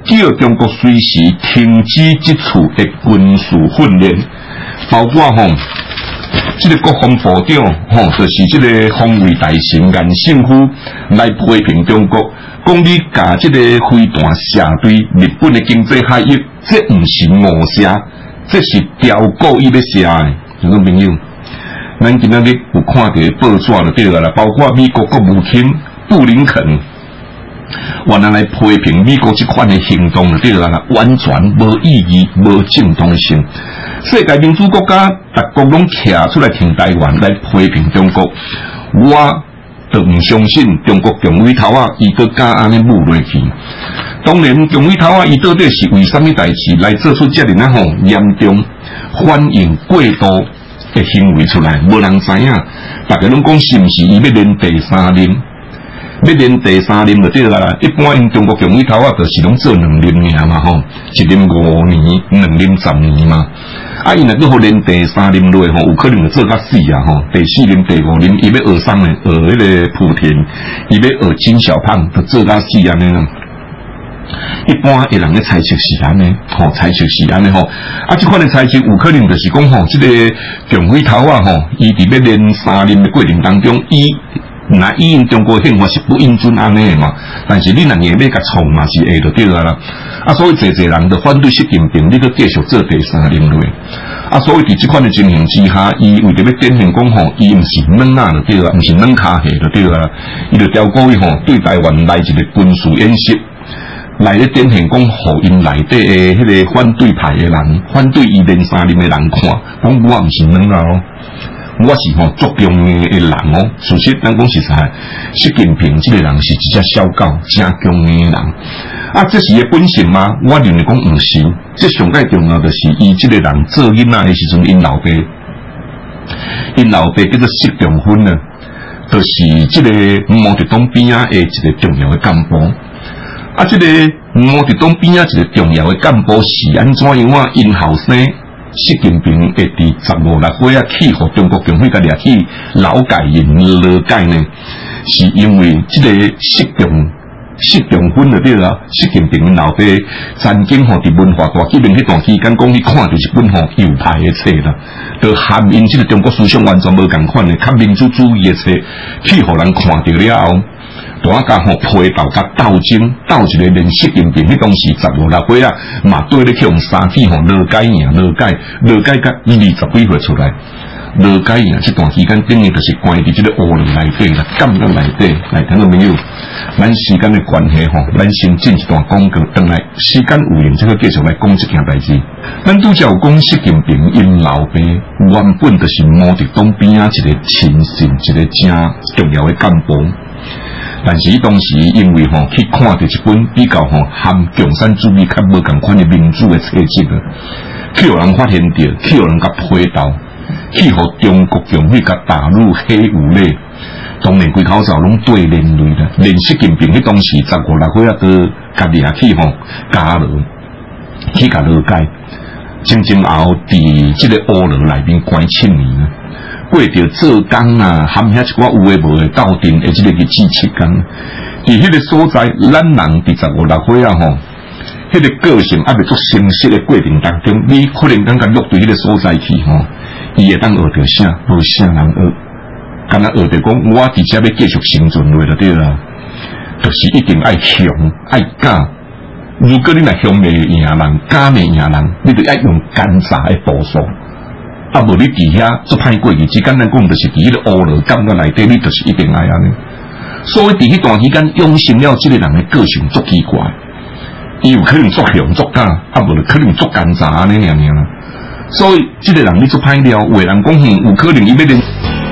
Speaker 1: 叫中国随时停止这处的军事训练，包括吼，这个国防部长吼，就是这个防卫大臣颜胜夫来批评中国，讲你甲这个飞弹射对日本的经济海域，这唔是误射，这是调故意要射的。听众朋友，咱今仔日有看到报纸就对了啦，包括美国国务卿布林肯。原来来批评美国这款的行动就对了啦，完全无意义、无正当性。世界民主国家各国拢徛出来挺台湾来批评中国，我就唔相信中国强尾头啊，伊个敢安尼舞落去。当然，强尾头啊，伊到底是为什么代志来做出这样啊吼严重反应过度的行为出来？无人知影，大家拢讲是唔是伊要连第三任？要连第三任就对啦，一般因中国强尾头啊，就是拢做两任尔嘛吼，一任五年，两任十年嘛。啊，因若搁好连第三任落吼，有可能就做到死啊吼。第四任、第五任，伊要学啥呢？学迄个莆田，伊要学金小胖，就做到死安尼啦。一般的人咧猜测是安尼，吼、哦、猜测是安尼吼。啊，这款的猜测有可能就是讲吼，这个强尾头啊吼，伊伫要连三任的过程当中，伊。那以因中国宪法是不应准安尼的嘛，但是你若硬要甲创嘛是会就对啦啦。啊，所以侪侪人就反对习近平，你搁继续做第三任落。啊，所以伫即款的情形之下，伊为着要展现讲吼，伊毋是软啊就对啦，毋是软骹下就对啦。伊就调故意吼对台湾来一个军事演习，来咧展现讲，互因内底的迄个反对派的人，反对伊连三任的人看，讲我毋是软啊咯。我是吼作中的人哦，事实咱讲实在，习近平这个人是一只小狗，正强的人。啊，这是伊本性吗？我认为讲毋是，这上界重要的是伊这个人做囡仔的时阵，因老爸，因老爸叫做习仲勋呢，就是这个毛泽东边啊的一个重要的干部。啊，这个毛泽东边啊一个重要的干部是安怎样啊？因后生。习近平会伫十五六岁啊，去互中国共产党掠去劳改营劳改呢？是因为这个习仲习仲勋就对啦，习近平老爸曾经吼伫文化大革命迄段期间，讲你看就是本吼右派的册啦，就含因这个中国思想完全无共款的，较民主主义的册，去互人看到了后。大家吼批斗甲斗争，斗一个连习近平迄当时十五六岁啊，嘛对咧去用三起吼劳改赢劳改劳改甲二十几岁出来，劳改赢这段时间等于就是关伫这个乌龙内底啦，监狱内底来听到没有？咱时间的关系吼，咱先进一段广告，等来时间有限，这个继续来讲这件代志。咱拄则有讲习近平因老爸原本就是毛泽东边啊一个亲信，一个正重要的干部。但是当时因为吼去看到一本比较吼含共产主义较无共款的民主的册籍啊，去有人发现到，去有人甲批斗，去互中国共去甲打入黑五类，当然规口罩拢对连累啦。连习近平迄当时十五六岁啊，都家己也去吼加入，去甲劳改，前前后后伫即个乌牢内面关七年啊。过着做工啊，含遐一寡有诶无诶斗阵诶，即个日子七工。伫迄个所在，咱人伫十五六岁啊吼，迄、那个个性还未做成熟诶过程当中，你可能感觉落对迄个所在去吼，伊会当学着啥，无啥人学，敢若学着讲，我伫遮要继续生存落就对啦，就是一定爱强爱敢。如果你若强未赢人，敢未赢人，你就要用奸诈诶步数。啊，无你伫遐做歹过日子，简单讲就是伫迄个乌牢监狱内底，你就是一定爱安尼。所以伫迄段期间，养成了即个人的个性足奇怪，伊有可能作强作假，啊无就可能作奸诈安尼样样啦。所以即个人你做歹了，有人讲哼，有可能伊要连。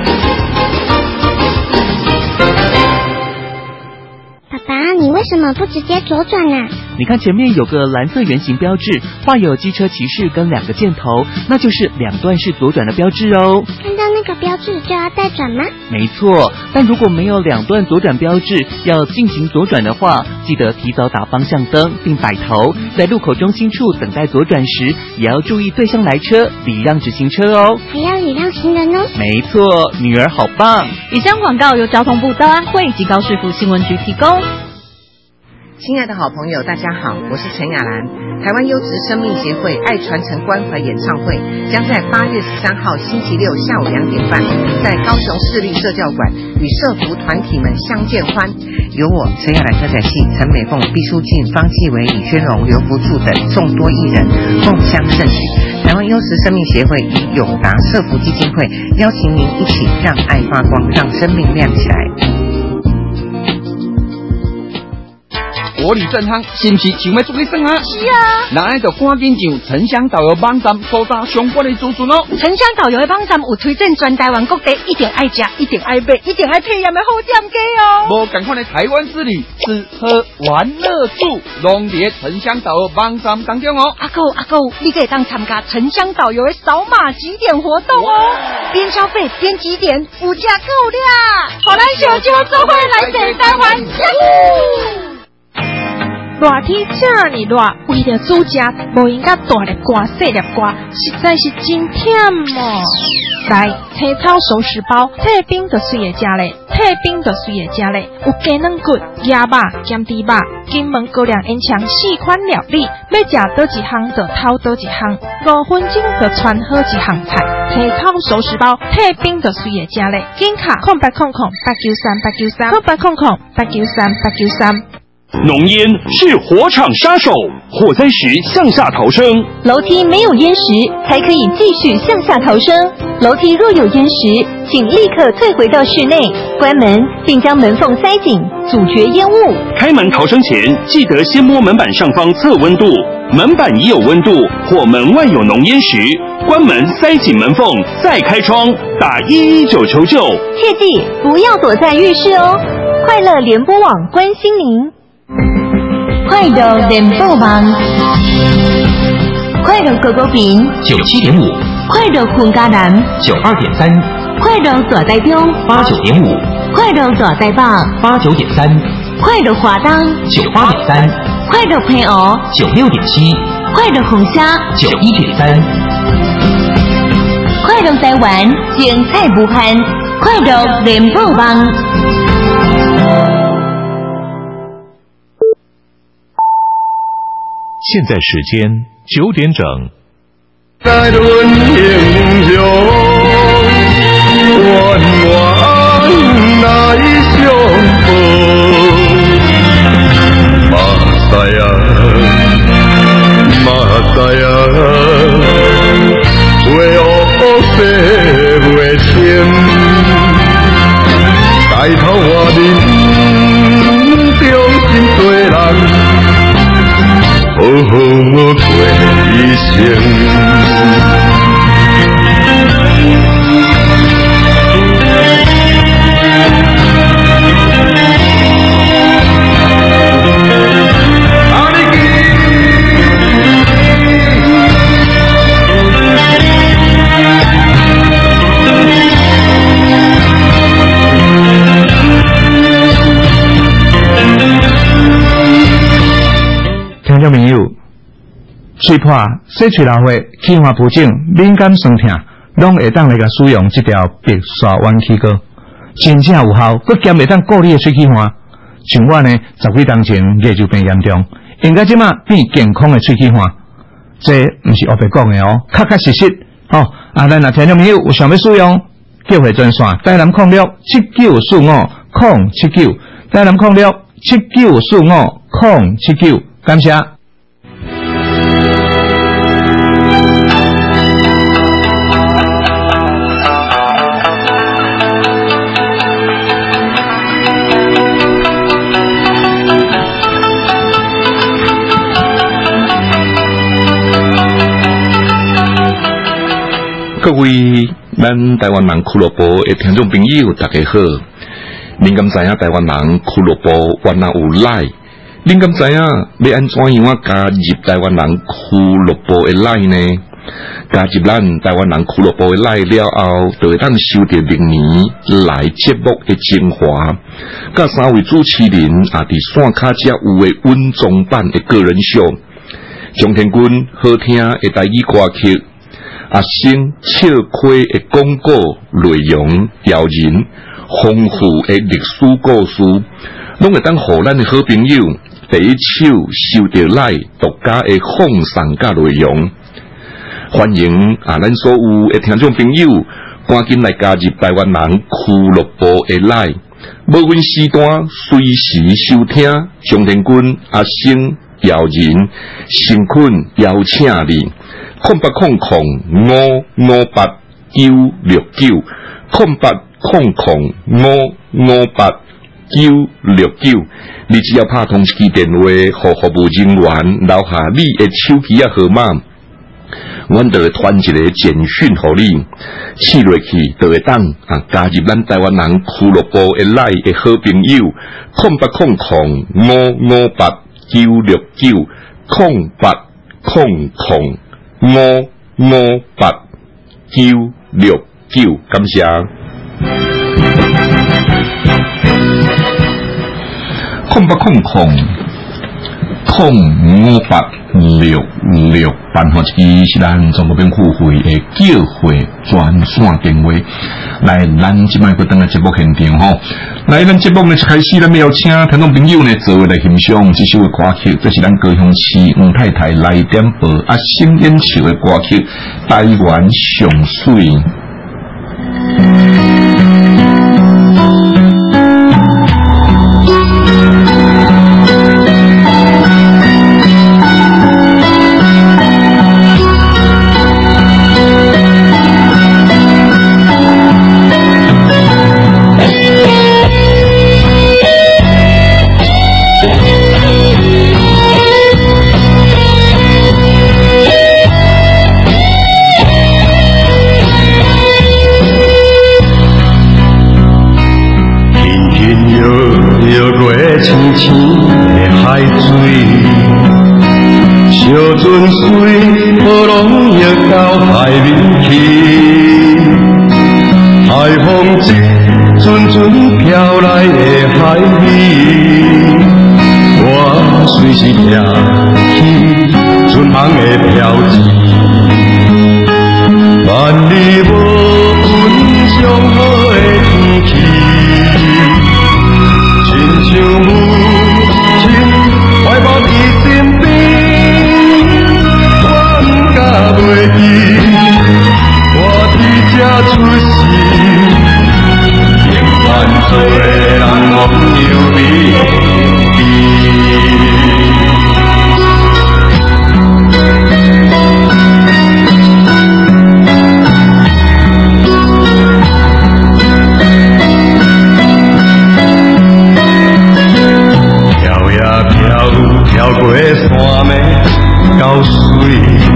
Speaker 6: 你为什么不直接左转啊？
Speaker 7: 你看前面有个蓝色圆形标志，画有机车骑士跟两个箭头，那就是两段式左转的标志哦。
Speaker 6: 看到那个标志就要带转吗？
Speaker 7: 没错，但如果没有两段左转标志，要进行左转的话，记得提早打方向灯并摆头，在路口中心处等待左转时，也要注意对向来车，礼让直行车哦。
Speaker 6: 还要礼让行人哦。
Speaker 7: 没错，女儿好棒。
Speaker 8: 以上广告由交通部道安会及高市府新闻局提供。 亲爱的好朋友，大家好，我是陈雅兰。台湾优质生命协会爱传承关怀演唱会将在八月十三号星期六下午两点半，在高雄市立社教馆与社福团体们相见欢。由我陈雅兰歌仔戏、陈美凤、毕书尽、方继伟、李宣荣、刘福柱等众多艺人共襄盛举。台湾优质生命协会与永达社福基金会邀请您一起让爱发光，让生命亮起来。
Speaker 9: 国旅正夯，是不是想要出去耍啊？
Speaker 10: 是啊，
Speaker 9: 那就赶紧上城乡导游网站搜查相关的资讯咯。
Speaker 10: 城乡导游的网站有推荐全台湾各地一定爱吃、一定爱买、一定爱体验的好店家哦。
Speaker 9: 无同款的台湾之旅，吃喝玩乐住，拢伫城乡导游网站当中哦。
Speaker 10: 阿哥阿哥，你可以当参加城乡导游的扫码集点活动哦，边消费边集点，有价够啦！好咱小酒做伙来点台湾香。
Speaker 11: 热天这么热，为着煮食，无应该大粒瓜、细粒瓜，实在是真忝哦。来，青草熟食包，退冰就水会食咧，退冰就水会食咧。有鸡软骨、鸭肉、咸猪肉、金门高粱烟肠四款料理，要食倒一项就偷倒一项，五分钟就穿好一项菜。青草熟食包，退冰就水会食咧。紧卡空八空空八九三八九三空八空空八九三八九三。
Speaker 12: 浓烟是火场杀手，火灾时向下逃生。
Speaker 13: 楼梯没有烟时，才可以继续向下逃生。楼梯若有烟时，请立刻退回到室内，关门并将门缝塞紧，阻绝烟雾。
Speaker 12: 开门逃生前，记得先摸门板上方测温度，门板已有温度或门外有浓烟时，关门塞紧门缝，再开窗，打一一九求救。
Speaker 13: 切记不要躲在浴室哦。快乐联播网关心您。快乐联播网，快乐狗狗饼
Speaker 14: 九七点五，
Speaker 13: 快乐混家男
Speaker 14: 九二点三，
Speaker 13: 快乐大台中
Speaker 14: 八九点五，
Speaker 13: 快乐大台北
Speaker 14: 八九点三，
Speaker 13: 快乐华东
Speaker 14: 九八点三，
Speaker 13: 快乐平湖
Speaker 14: 九六点七，
Speaker 13: 快乐红虾
Speaker 14: 九一点三，
Speaker 13: 快乐台湾精彩不限，快乐联播网。
Speaker 15: 现在时间九点整。
Speaker 5: 在论英雄，万万来相逢。马赛亚，马赛亚，为我世未清，抬头我面中真多人。好好过一生。
Speaker 16: 听众朋友，吹破、洗喙流血、气化不正、敏感酸痛，拢会当来个使用这条白沙湾气膏，真正有效，佮兼会当顾你的喙气化。像我呢，十几年前牙周病严重，应该即马变健康的喙气化，这毋是黑白讲的哦，确确实实哦。啊，咱若听众朋友有想要使用，叫回专线台南控六七九四五空七九，台南控六七九四五空七九。感谢。
Speaker 1: 各位咱台湾人俱乐部的听众朋友，大家好！您敢知影台湾人俱乐部原来有赖？恁敢知影要安怎样啊加入台湾人俱乐部的赖呢？加入咱台湾人俱乐部的赖了后，就会当收到历年来节目的精华，甲三位主持人也伫线卡只有的稳中版的个人秀，张天军好听的台语歌曲，阿星笑亏的广告内容调人， 丰富的历史故事，拢会当互咱的好朋友第一手收到来独家的放送甲内容。欢迎啊，咱所有的听众朋友，赶紧来加入台湾人俱乐部的来，无阮时段随时收听。张天军、阿星、姚仁、新坤邀请你，空八空空五五八九六九，空八空空五五八九六九。你只要拍通一支电话，和服务人员留下你的手机啊号码。阮就会传一个简讯互你，试落去就会当啊加入咱台湾人俱乐部的来的好朋友，空八空空五五八九六九，空八空空五五八九六九，感谢。空八空空空五八六六，办好一支是咱中国边付费的叫会专线电话。来，咱即摆要登来节目现场吼。来，咱节目呢一开始，咱要请听众朋友呢做来欣赏这首的歌曲，这是咱高雄市黄太太来点播啊新演唱的歌曲《台湾上水》。清清的海水，小船随波浪摇到海面去，海风一阵阵飘来的海味，我随时听起船旁的飘子，万里无云上好的天气。像母亲怀抱在身边，我不敢袂记，我伫这出世，永远做人望有美跳过山脉到水，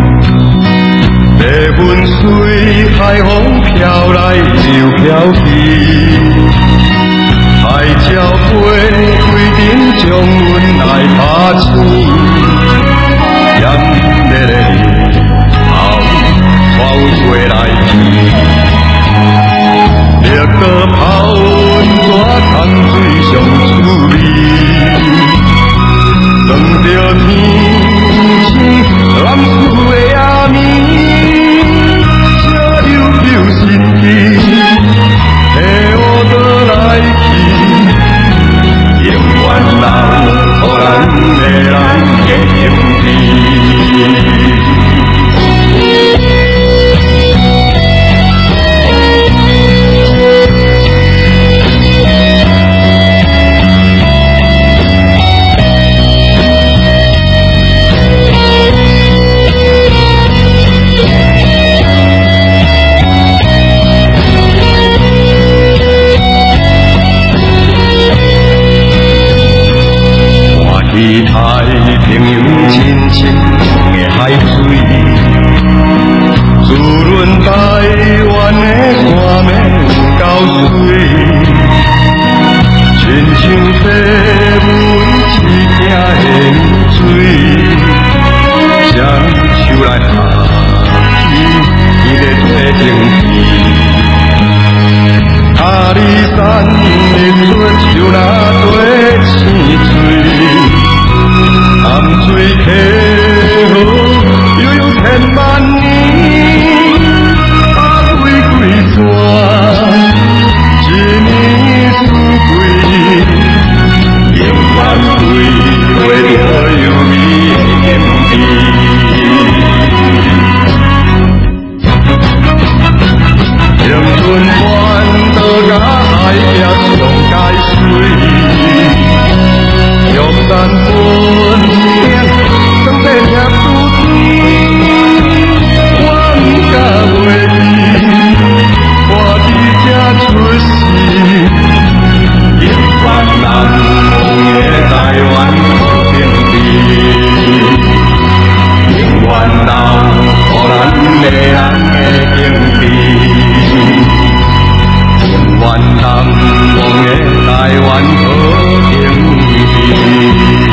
Speaker 1: 白云随海风飘来又飘去，海潮飞规定将阮来打醒，炎热的日头带阮过来去，热个泡温泉汤水上滋味。等着天星蓝树的夜暝，这悠悠心机，陪我倒来去，永远留予咱的人的兄弟。太平洋清清的海水，滋润台湾的山脉有够水，亲像白云刺惊的水，双手来下起，伊在做情绪。阿里山日出就那对青水。淡水溪河悠悠千万年，打开几山，一年
Speaker 5: 轮转到甲海角上界水，玉山分明，总在贴拄水，我毋敢袂离，我伫这出世，永远难忘的台湾好天地，永远留予咱的咱的经历。永远难忘的台湾好天地。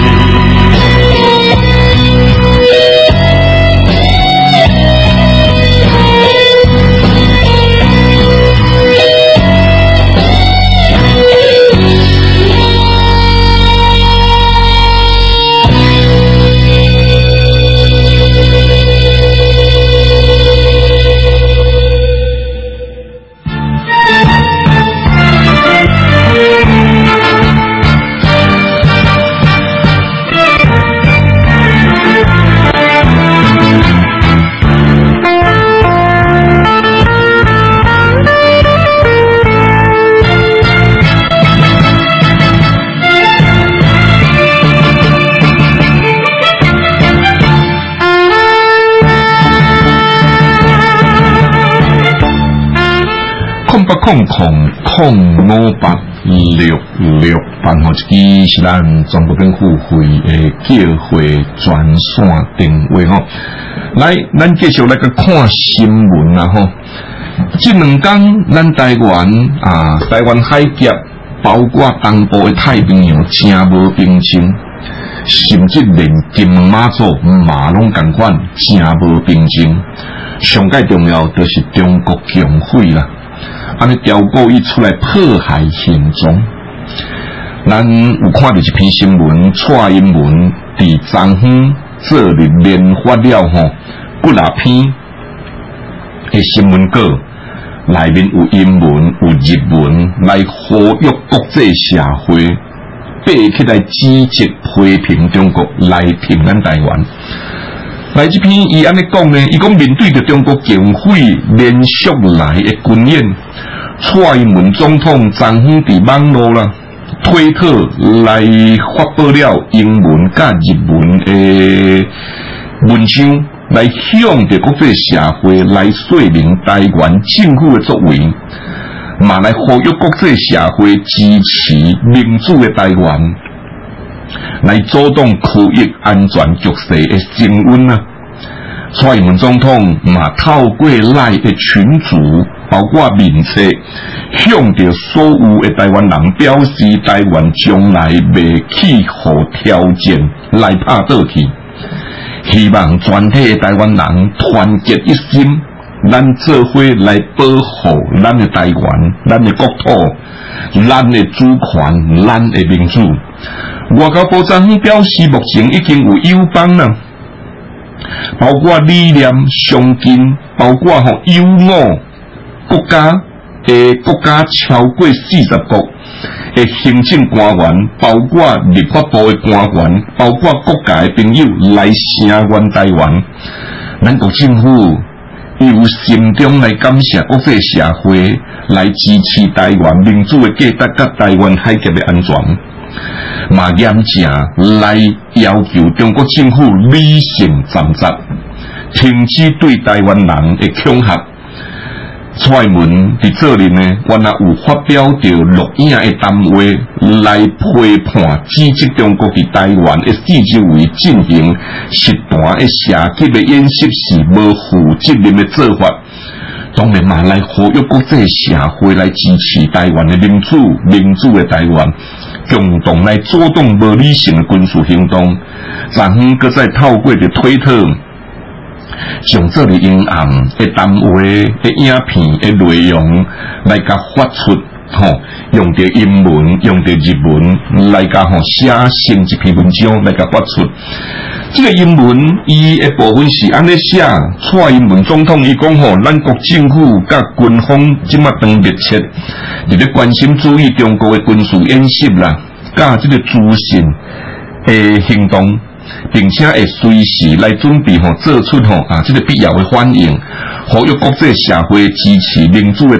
Speaker 1: 空空空五八六六八号一支是咱中国跟付费的叫会专线电话吼。来，咱继续来个看新闻啦吼。这两天咱台湾啊，台湾海峡包括东部的太平洋真无平静，甚至连金门马祖嘛拢同款真无平静。上界重要就是中国共匪啦。安尼调故意出来迫害现状，咱有看到一篇新闻，蔡英文伫昨昏做日连发了吼，几大篇的新闻稿，内面有英文有日文，来呼吁国际社会爬起来指责批评中国，来挺咱台湾。来这篇伊安尼讲呢，伊讲面对着中国警匪连续来的军演，蔡英文总统昨昏伫网络啦、推特来发布了英文甲日文的文章，来向着国际社会来说明台湾政府的作为，嘛来呼吁国际社会支持民主的台湾。来阻挡区域安全局势的升温啊！蔡英文总统嘛透过赖的群组，包括面册，向着所有的台湾人表示，台湾将来袂去互条件来拍倒去，希望全体的台湾人团结一心，咱做伙来保护咱的台湾、咱的国土、咱的主权、咱的民主。外交部昨天表示，目前已经有友邦啦，包括理念相近，包括吼友我国家的国家超过四十国的行政官员，包括立法部的官员，包括国家的朋友来声援台湾。咱国政府由心中来感谢国际社会来支持台湾民主的价值，甲台湾海峡的安全。嘛严正来要求中国政府理性站责，停止对台湾人的恐吓。蔡英文伫这里呢，原来有发表着录影的谈话，来批判指责中国伫台湾的四周围进行实弹的射击的演习是无负责任的做法。当然嘛，来呼吁国际社会来支持台湾的民主、民主的台湾。共同来阻挡无理性的军事行动，然后搁再透过着推特，将这个阴暗的谈话的影片的内容来甲发出，吼、哦，用着英文，用着日文来甲吼写成一篇文章来甲发出。这个英文伊的部分是安尼写，蔡英文总统伊讲吼，咱国政府甲军方即马当密切，伫咧关心注意中国的军事演习啦，甲这个资讯的行动，并且会随时来准备吼做出吼啊这个必要的反应，呼吁国际社会支持民主的台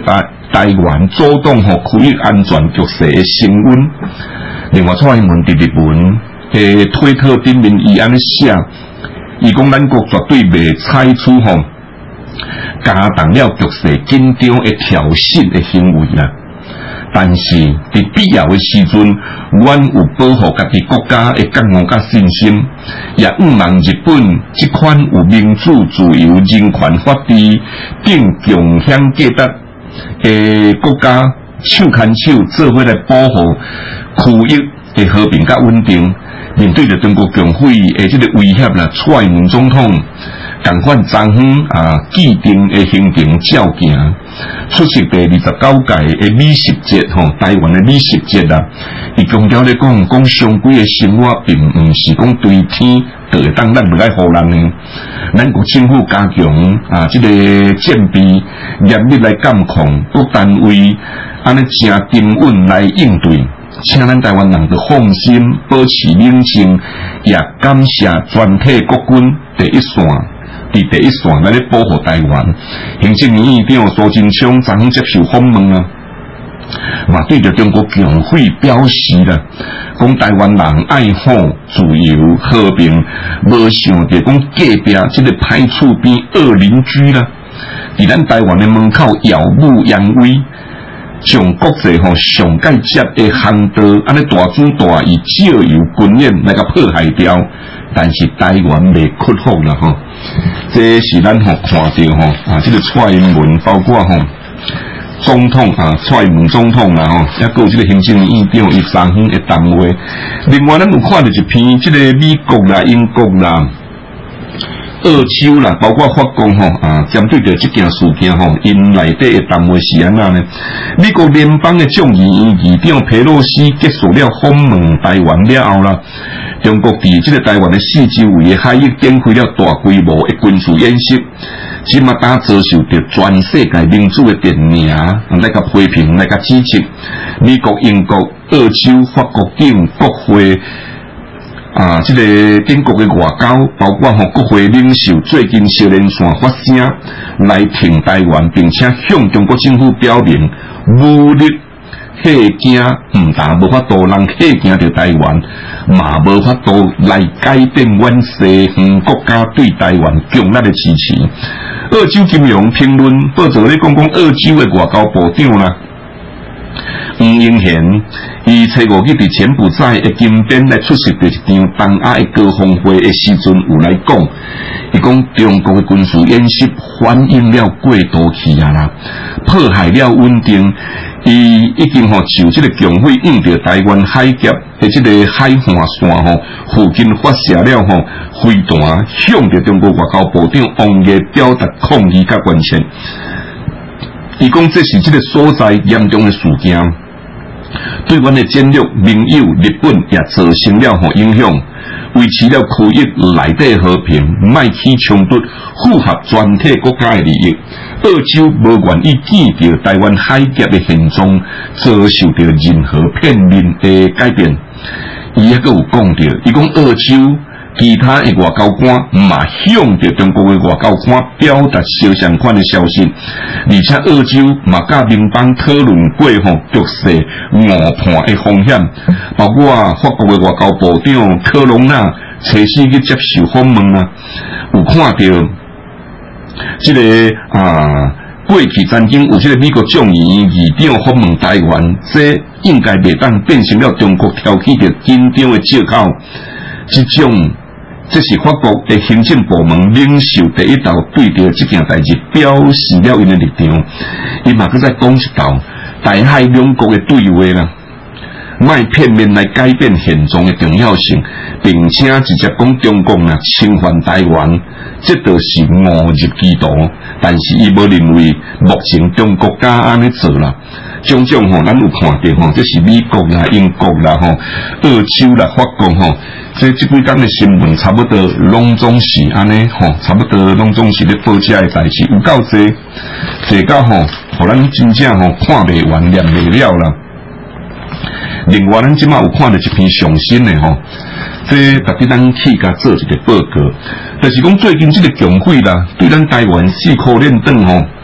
Speaker 1: 台湾主动吼区域安全局势的升温。另外，蔡英文伫日文诶推特顶面伊安尼写，伊讲咱国绝对袂采取吼加重了局势紧张的挑衅的行为啦。但是伫必要的时阵，阮有保护家己国家的觉悟甲信心，也毋望日本即款有民主、自由、人权法治顶强险价值的国家手牵手做伙来保护区域的和平甲稳定。面对着中国共匪的这个威胁啦，蔡英文总统同款昨昏啊既定的行程照行，出席第二十九届的美食节吼，台湾的美食节啦。伊强调咧讲，讲上贵的生活并毋是讲对天就会当咱不来互人的，咱国政府加强啊这个建备，严密来监控各单位，安尼正沉稳来应对。请咱台湾人都放心，保持冷静，也感谢全体国军第一线，伫第一线来咧保护台湾。行政院院长苏贞昌昨天接受访问啊，嘛对着中国共匪表示啦，讲台湾人爱好自由和平，无想着讲隔壁这个歹厝边恶邻居啦，伫咱台湾的门口耀武扬威。将国际吼上界接的航道，安尼大主大以借由军演来个破坏掉，但是台湾未屈服啦吼。这是咱吼看到吼啊，这个蔡英文包括吼总统啊，蔡英文总统啦吼，也有这个行政院长伊昨昏的谈话。另外，咱有看到一篇这个美国啦、英国啦。澳洲啦，包括法国吼啊，针对着这件事件吼，因内底的谈话是安那呢？美国联邦的众议院议长佩洛西结束了访问台湾了后啦，中国伫这个台湾的四周围的海域展开了大规模的军事演习，即马打遭受着全世界民主的电名来甲批评、来甲指责。美国、英国、澳洲、法国等国会。啊，这个中国的外交，包括吼国会领袖最近小连线发声来挺台湾，并且向中国政府表明武力吓惊，唔但无法度让吓惊着台湾，嘛无法度来改变阮西方国家对台湾强烈的支持。澳洲金融评论报道咧讲讲澳洲的外交部长啦。黄英贤，伊初五去伫柬埔寨的金边来出席着一场东亚的高峰会的时阵，有来讲，伊讲中国的军事演习反映了过度气啊啦，破坏了稳定。伊已经吼就这个共匪用着台湾海峡的这个海岸线吼附近发射了吼飞弹，向着中国外交部长王毅表达抗议甲关切。伊讲这是这个所在严重的事件，对阮的战略盟友日本也造成了吼影响，维持了区域内底和平，卖起冲突，符合全体国家的利益。澳洲无愿意见到台湾海峡的现状遭受到任何片面的改变。伊还阁有讲到，伊讲澳洲其他的外交官嘛向着中国的外交官表达相相款的消息，而且澳洲嘛甲民邦讨论过吼局势误判的风险，包括法国的外交部长科隆纳初时去接受访问啊，有看到这个啊过去曾经有这个美国众议院议长访问台湾，这应该袂当变成了中国挑起着紧张的借口。这种，这是法国的行政部门领袖第一道对着这件代志表示了因的立场。伊嘛佮再讲一道，台海两国的对话啦，卖片面来改变现状的重要性，并且直接讲中共啦侵犯台湾，这就是误入歧途。但是伊无认为目前中国家安尼做啦。种种吼，咱有看到吼，这是美国啦、英国啦、吼、澳洲啦、法国吼，这这几天的新闻差不多拢总是安尼吼，差不多拢总是咧报这的代志，有够济，济到吼，互咱真正吼看袂完、念袂了啦。另外，咱即马有看到一篇上新的吼，这特地咱去甲做一个报告，就是讲最近这个共匪啦，对咱台湾四颗链灯吼。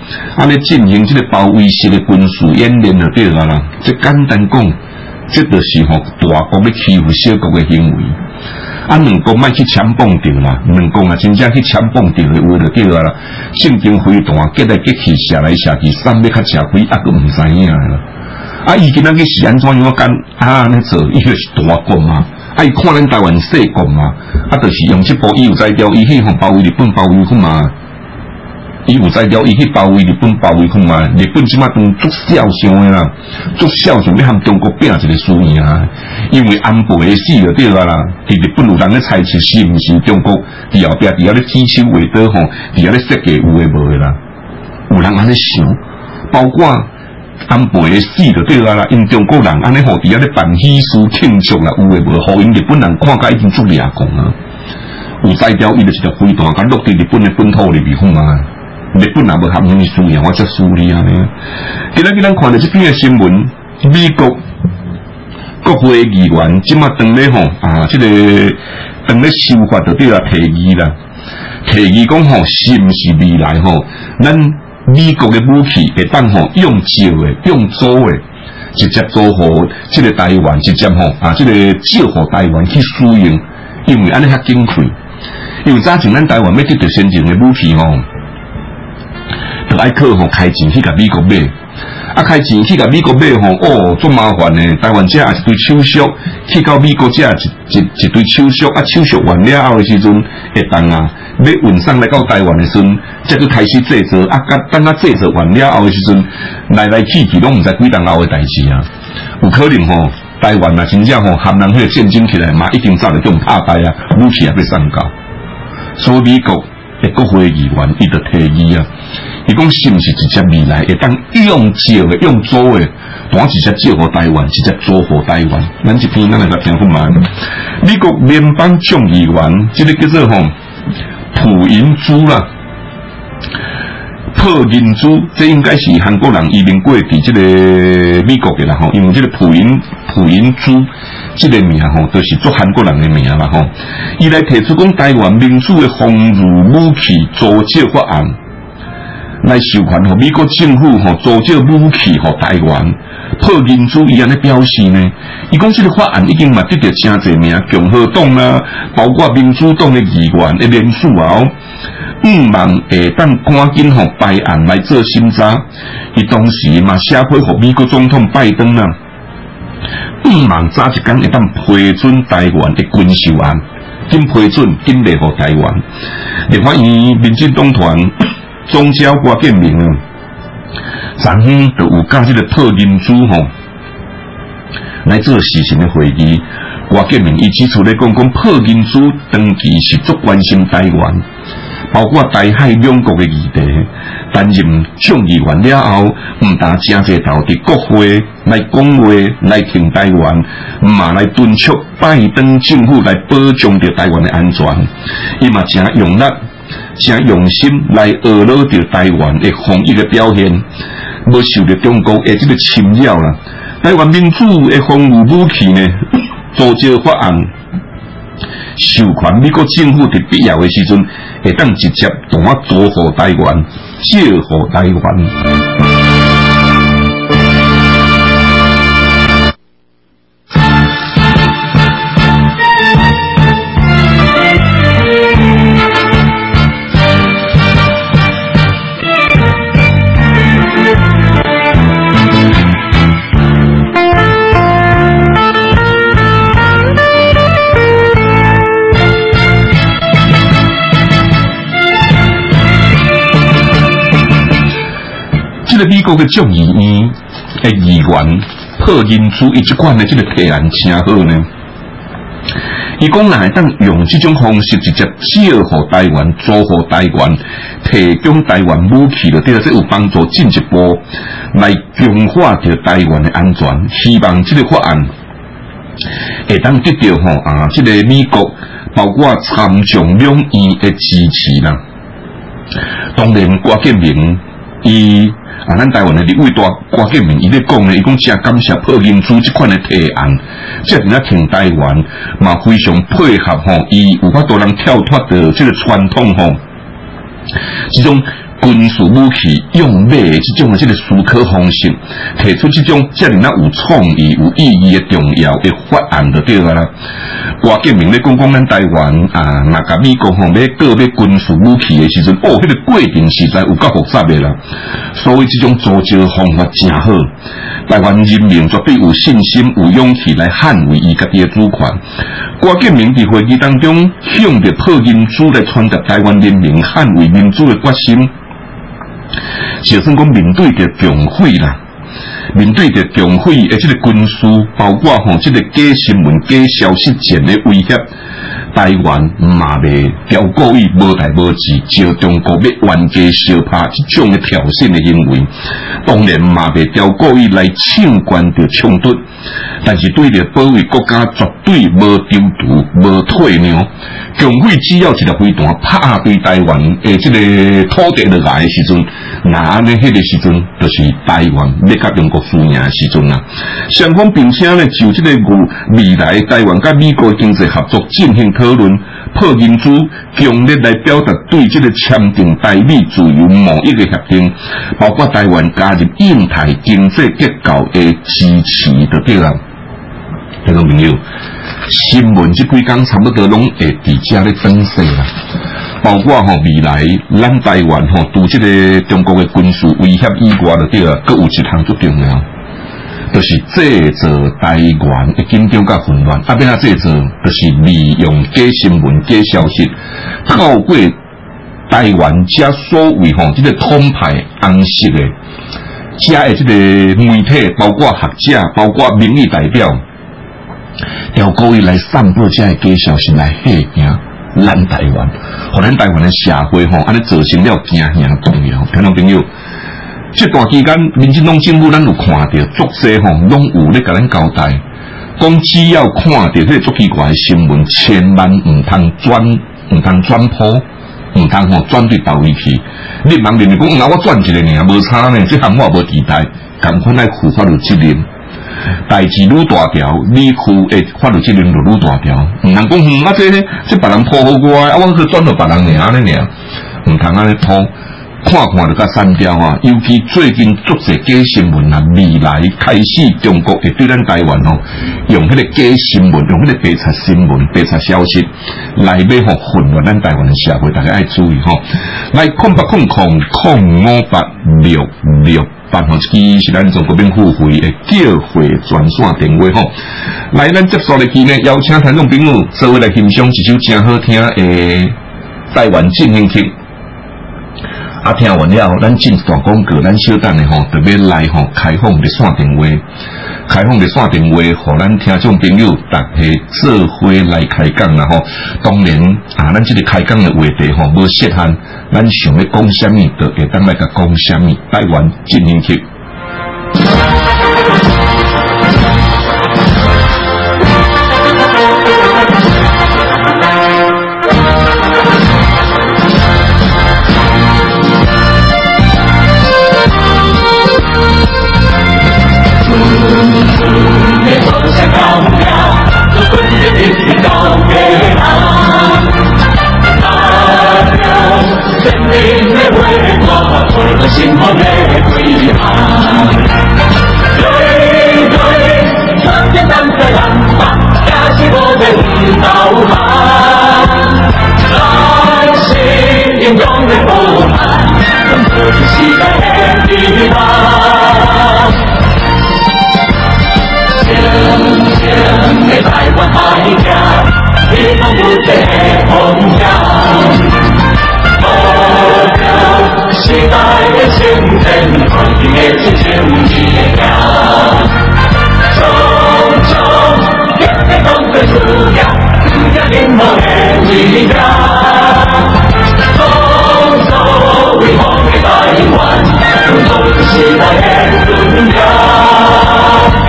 Speaker 1: 安尼进行这个包围式的军事演练就对了啦。这简单讲，这就是吼大国要欺负小国的行为。啊，两国莫去抢蹦着啦，两国啊真正去抢蹦着的话就对了啦。圣经飞弹结来结去，射来射去，三要较吃亏，啊个唔知影啦。啊，伊今仔日是安怎样干啊？安尼做，伊就是大国嘛。啊，伊看咱台湾小国嘛，啊，就是用这部伊有才调，伊去互包围日本包围去嘛。伊有才调，伊去包围日本包围去嘛。日本即马当足小想的啦，足小想要和中国拼一个输赢啊。因为安倍的死就对啦啦，伫日本有人咧猜测是毋是中国伫后壁伫遐咧指手画脚吼，伫遐咧设计有诶无诶啦。有人安尼想，包括安倍的死就对啦啦，因中国人安尼吼伫遐咧办喜事庆祝啦，有诶无？互因日本人看甲已经足掠讲啊。有才调伊就一条飞弹，甲落伫日本的本土里面看啊。日本也无含什么输赢，我则输你啊！今仔日咱看到这篇的新闻，美国国会议员即马当咧吼啊，这个当咧修法就对啦，提议啦，提议讲吼，是毋是未来吼，咱美国的武器会当吼用借的、用租的，直接租互这个台湾，直接吼啊，这个借互台湾去使用，因为安尼较紧快，因为早前咱台湾要得到先进的武器吼。就爱靠吼开钱去甲美国买，啊开钱去甲美国买吼，哦，足麻烦呢。台湾这也一堆手续，去到美国这一一一堆手续，啊手续完了后的时阵，会当啊，要运送来到台湾的时阵，才去开始制作，啊，等啊制作完了后的时阵，来来去去拢毋知几当后的代志啊。有可能吼，台湾啊真正吼含人迄个战争起来嘛，已经早就用拍败啊，武器也要送到，所以美国的国会议员伊就提议啊。伊讲是毋是直接未来会当用借的、用租的，单直接借互台湾，直接租互台湾。咱这篇咱来甲听看嘛。美国联邦众议员，这个叫做吼朴银珠啦，朴银珠，这应该是韩国人移民过伫这个美国的啦吼，因为这个朴银朴银珠这个名吼，都、就是做韩国人的名啦吼。伊来提出讲台湾民主的防御武器租借法案。来授权和美国政府吼租借武器和台湾，朴银珠伊安尼表示呢，伊讲这个法案已经嘛得到真侪名共和党啦，包括民主党的议员的联署啊，毋望会当赶紧和摆案来做审查。伊当时嘛写批和美国总统拜登啦，毋望早一天会当批准台湾的军售案，紧批准紧来和台湾。立法院民进党团。总召郭建明啊，昨天就有甲这个朴银珠吼来做事情的会议。郭建明伊指出咧讲讲朴银珠长期是足关心台湾，包括台海两国的议题。担任众议员了后，毋但真侪头伫国会来讲话来挺台湾，嘛来敦促拜登政府来保障着台湾的安全。伊嘛真用力。真用心来扼勒着台湾的防疫的表现，无受到中国的这个侵扰啦。台湾民主的防御武器呢，租借法案授权美国政府伫必要的时阵，会当直接同我租互台湾，借互台湾。这个美国的众议院的议员朴银珠，伊即款的这个提案真好呢。伊讲来当用这种方式直接借互台湾、租互台湾、提供台湾武器的，对啦，这有帮助进一步来强化着台湾的安全。希望这个法案会当得到吼啊，这个美国包括参众两院的支持啦。当然，郭建明伊。啊，咱台湾的立委大郭建明伊咧讲咧，伊讲真感谢朴银珠这款的提案，即阵啊挺台湾嘛非常配合吼，伊有法度人跳脱的这个传统吼，这种军事武器用买的这种的这个思考方式，提出这种这样有创意、有意义的重要的法案就对了啦。郭建明咧讲讲咱台湾啊，那甲美国吼要购买军事武器的时阵，哦，迄、那个过程实在有够复杂的啦。所以这种组织方法真好，台湾人民绝对有信心、有勇气来捍卫伊家己的主权。郭建明伫会议当中向着破民主来传达台湾人民捍卫民主的决心。就算讲面对着共匪啦，面对着共匪的这个军事，包括吼这个假新闻、假消息战的威胁，台湾嘛未掉故意无代无志，就中国要冤家相拍这种的挑衅的行为，当然嘛未掉故意来抢关着冲突，但是对着保卫国家绝对无丢毒、无退让。共匪只要一个飞弹拍对台湾诶，这个土地落来的时阵，那安尼迄个时阵，就是台湾要甲中国输赢的时阵啦。双方并且呢，就这个未来台湾甲美国经济合作进行讨论，破民主，强烈来表达对这个签订台美自由贸易的协定，包括台湾加入印太经济结构的支持就对啦。听众朋友，新闻这几天差不多拢会伫遮咧登势啦，包括吼未来咱台湾吼除这个中国的军事威胁以外，就对啦，佫有一项最重要，就是制造台湾的紧张甲混乱。啊，变啊制造，就是利用假新闻、假消息，透过台湾遮所谓吼这个统派红色的遮的这个媒体，包括学者，包括民意代表。要故意来散布这些假消息来吓惊咱台湾，互咱台湾的社会吼，安尼造成了惊吓动摇。听众朋友，这段期间，民进党政府咱有看到，足些吼拢有咧甲咱交代，讲只要看到迄个足奇怪的新闻，千万唔通转，唔通转播，唔通吼转对道理去。你茫认为讲，啊我转一个尔，无差呢，这项我无期待，赶快来负法律责任。代志愈大条，你负的法律责任就愈大条。唔通讲，嗯，啊这这别人拖好我，啊我去转到别人尔咧尔，唔通安尼拖。看看就甲删掉啊！尤其最近足侪假新闻啊，未来开始中国会对咱台湾吼，用迄个假新闻，用迄个白贼新闻、白贼消息来要吼混乱咱台湾的社会，大家爱注意吼。来，空八空空空五八六六八吼，这是咱中国民付费的叫会专线电话吼。来，咱接受的期呢，邀请听众朋友做伙来欣赏一首真好听的台湾进行曲。啊，听完了，咱进一段广告，咱小等的吼，特别来吼开放热线电话，开放热线电话，互咱听众朋友大家做伙来开讲啦吼。当然啊，咱这个开讲的话题吼无设限，咱想要讲什么，就会当来甲讲什么。台湾进行曲。
Speaker 5: 心好的归航，对对，创建咱的浪漫，架起我的舞蹈航，让心灵永远不寒，让这是时代的地方。前前的台湾海峡，一同不灭的梦想。时代的前程，光阴的前程一样。种种一切都在主呀，主呀领导的力量。种种为梦的台湾，种种是时代的荣耀。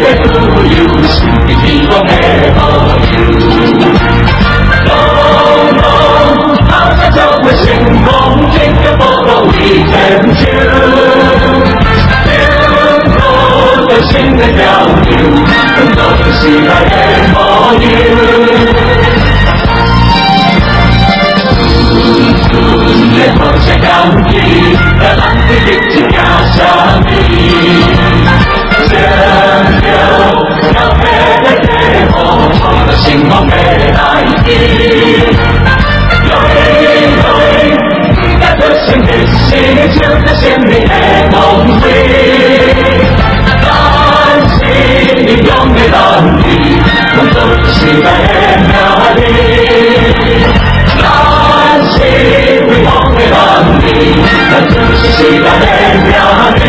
Speaker 5: 自由，是希望的好友。隆隆，好像就会成功，天高波高为成就。天空的新的交流，更多的是爱的好友。的好些感激，那浪的日子加上你，相留要黑的天空，我的心望没来的，对对，你的的心的心，就在心里的梦里，但是你永没浪的，更多的是爱的哪里？但是为我的浪里，那就是时代的压力。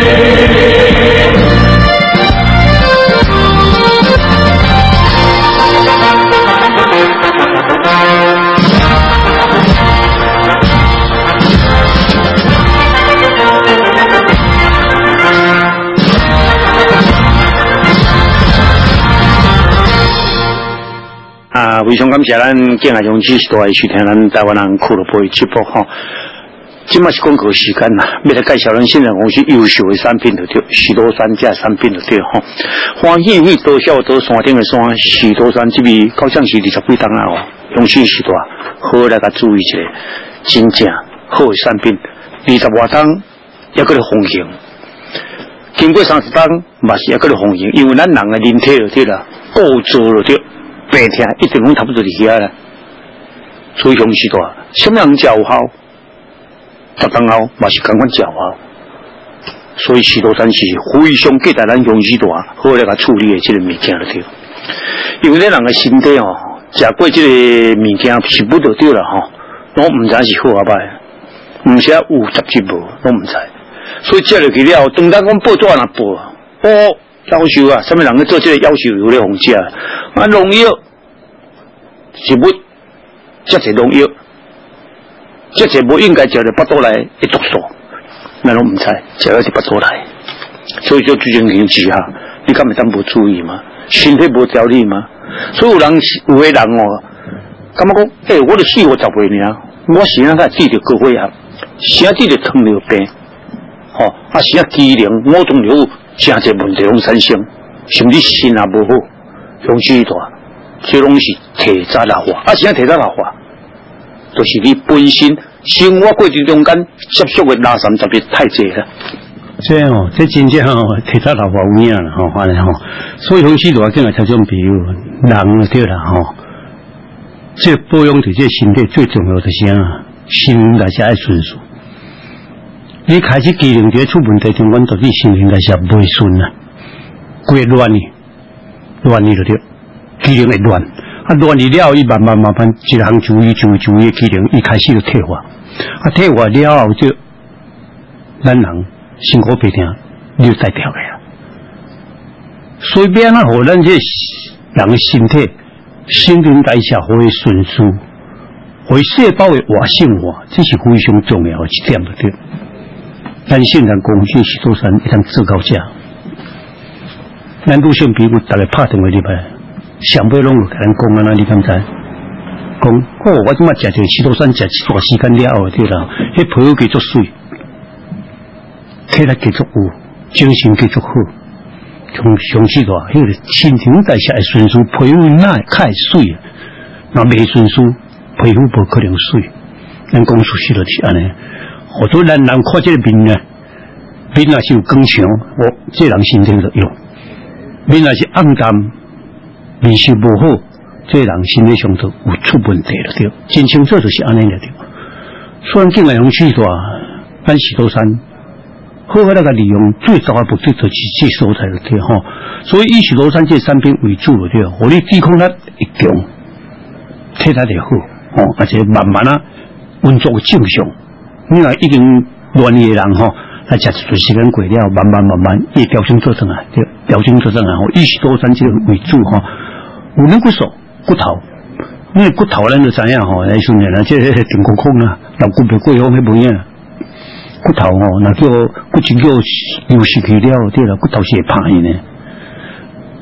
Speaker 4: 啊，非常感谢咱敬爱勇士都来收听咱台湾人俱乐部的直播哈。今麦是广告时间啦，要来介绍咱现在公司优秀的产品就对，许多山这产品就对哈。欢喜为多少多山顶的山，许多山这边到将是二十几档啊哦，勇士许多好来个注意一下，真正好的产品，二十外档也搁咧风行，经过三十档嘛是也搁咧风行，因为咱人的人体就对啦，构造就对。白天一定拢差不多伫遐啦，所以雄狮大，什么人叫好，十当后嘛是共款叫好，所以许多山是非常期待咱雄狮大好来甲处理的这个物件了对，因为咱人的身体哦，食过这个物件是不得对了吼，拢唔知是好啊歹，唔是有十级无，拢唔知，所以接落去了，当咱讲报纸若报，哦。要求啊，什么人去做这个要求有咧红食啊？啊，农药是不，这些农药，这些不应该叫你巴肚来一毒素，那拢唔知，叫你是巴肚来，所以就最近研究下，你敢会当无注意吗？身体无调理吗？所以有人有的人哦，感觉讲，诶、欸，我都四五十岁尔，我时啊才治着高血压，时啊治着糖尿病，吼、哦，啊时啊机能我肿瘤。真侪问题拢产生，甚至心也无好，雄狮大，这拢是体早老化。啊，啥体早老化？就是你本身生活过程中间接触的垃圾特别太济了。 这哦，这真正哦，体早老化有影啦，吼，反正吼，所以雄狮大今日才种比喻，人就对啦，吼。这保养对这身体最重要的是啥？新陈代谢爱顺序。你开始机能在出问题中，阮到底心应该是袂顺啊，规乱呢，乱呢就对，机能会乱，啊乱呢了，伊慢慢慢慢一项注意注意注意机能，伊开始就退化，啊退化了后就，咱人心苦鼻痛，你就带掉个呀。所以变啊，互咱这人的身体新陈代谢会顺序，会细胞的活性化，这是非常重要的一点，对。咱现在工具许多山一趟自高价，咱都想比如大家拍电话入来，上尾拢有甲咱讲啊，你敢知？讲哦，我即马食着许多山食一段时间了后，对啦，迄皮肤继续水，体力继续有，精神继续好，从上次大，迄个新陈代谢的顺序，皮肤哪会较会水啊？那未顺序，皮肤无可能水。咱讲出去就是安尼。好多人人看这个面啊，面啊是有光强，我这人身体就有；面啊是暗淡，面色无好，这人身体上就有出问题了对。真清楚就是安尼了对。虽然境内用许多，咱许多山，好好那个利用最早的目的就是这所在了对吼。所以以许多山这产品为主了对，互你抵抗力会强，体力就好，哦，而且慢慢啊运作正常。你若已经乱的人吼，来食一段时间过了，慢慢慢慢，伊调整做上来，对，调整做上来吼，以许多山这个为主吼。有那骨素、骨头，因为骨头咱就知影吼，来训练啦，这顶骨空啦，老骨别过后迄无影。骨头吼，那叫骨质叫流失去了，对啦，骨头是会歹呢。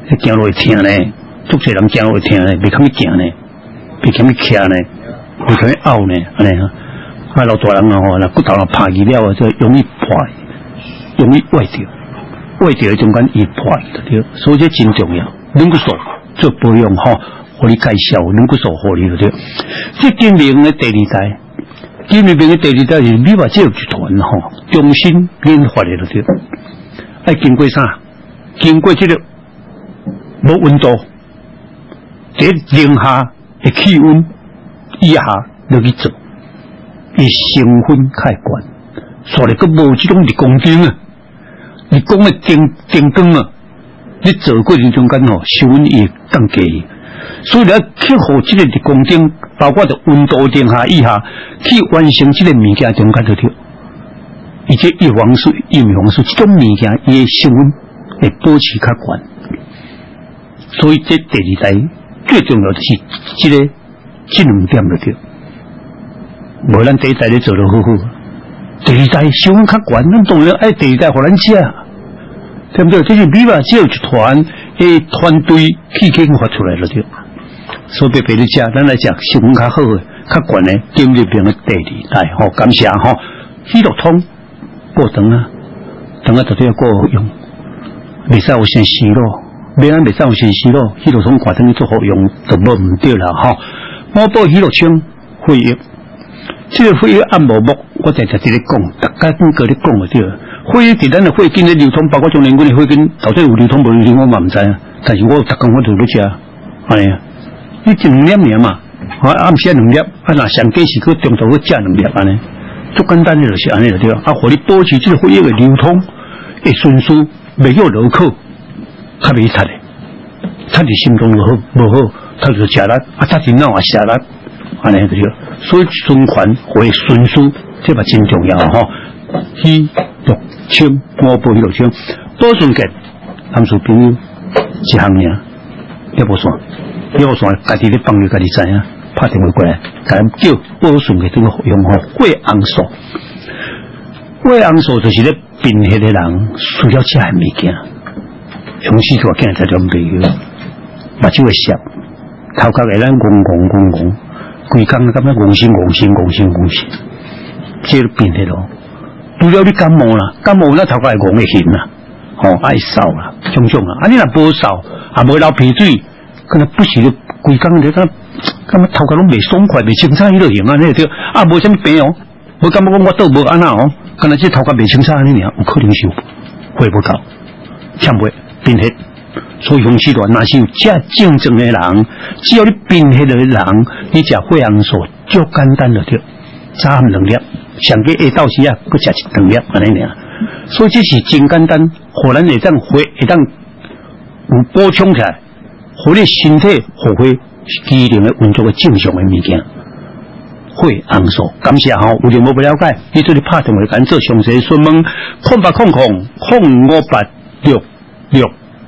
Speaker 4: 行路会疼呢，足侪人行路会疼呢，袂堪去行呢，袂堪去徛呢，袂堪去拗呢，安尼啊。啊，老大人啊吼，那骨头若拍去了啊，就容易破，容易歪掉，歪掉的中间易破的对，所以这真重要。软骨素做保养吼，互你介绍软骨素互你的对。这金明的第二代，金明的第二代是美华这集团吼，重新研发的了对。爱经过啥？经过这个无温度，在零下的气温以下落去做。伊成分太悬，所以佮无这种日光灯啊，日光的灯灯光啊，你做过程中间吼，收温也降低，所以你要克服这个日光灯，包括着温度零下以下，去完成这个物件中间就对。而且叶黄素、叶黄素这种物件，伊的成分会保持较悬，所以这第二代最重要的是这个这两点就对。无咱第一代咧做得好好，第二代成分较悬，咱当然爱第二代互咱吃，对不对？这是美华只有一团诶团队去研发出来了对。所以别别咧吃，咱来食成分较好诶、较悬诶，金立平诶第二代吼，感谢吼。喜乐通过长啊，长啊绝对要过用，袂使有先死咯，袂咱袂使有先死咯。喜乐通挂等于做好用，就无唔对啦吼。我报喜乐清会议。这个会议按摩目，我在在这里讲，大家跟个咧讲就对了。会议伫咱的会金咧流通，包括中联军的会金，到底有流通无流通我嘛唔知啊。但是我逐工我都咧食，安尼啊，你一两粒尔嘛，啊暗时两粒，啊若上计是去中途去食两粒安尼，足简单的就是安尼就对了。啊，互你保持这个会议的流通会顺序，袂有落口，较袂塌的，塌伫心中无好无好，他就食力，啊塌伫脑啊食力。安尼就对，所以循环会顺序，这嘛真重要吼。喜乐清，我报喜乐清，保顺嘅，他们朋友一项尔，要无算，要无算，家己咧放你家己知影，拍电话过来，甲咱叫保顺嘅这个用吼，血红素，血红素就是咧贫血的人需要吃的物件，从四大件才点朋友，目睭会涩，头壳会咱戆戆戆戆。规工感觉戆心戆心戆心戆心，这个病的咯。除了你感冒啦，感冒那头壳会戆会痕啦，吼爱扫啦，种种啦。啊，你若无扫，啊无流鼻水，可能不时就规工你看，感觉头壳拢袂爽快，袂清爽，伊就行啊，你就啊无啥物病哦，无感觉讲我倒无安那哦，可能这头壳袂清爽安尼尔，有可能是血不够，欠血贫血。所以红气团那是有这竞争的人，只要你贫血的人，你食血红素就简单了对，早暗两粒，上个下昼时啊，佮食一两粒安尼尔。所以这是真简单，互咱会当血会当有补充起来，互你身体互会机能的运作的正常的物件。血红素，感谢吼，有任何不了解，你做你拍电话赶做详细询问，空八空空空五八六六。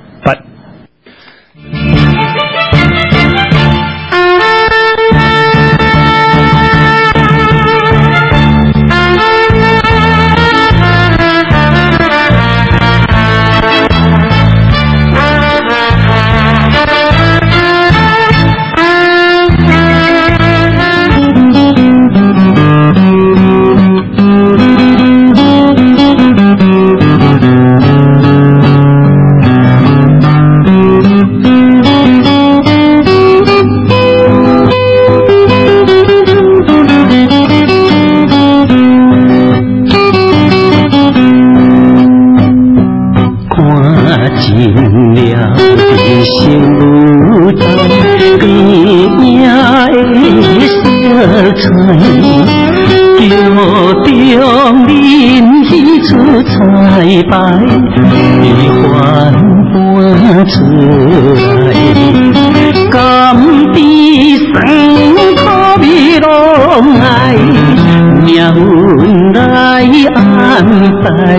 Speaker 4: 白的缓缓出来，甘地生可比拢爱，命运来安排，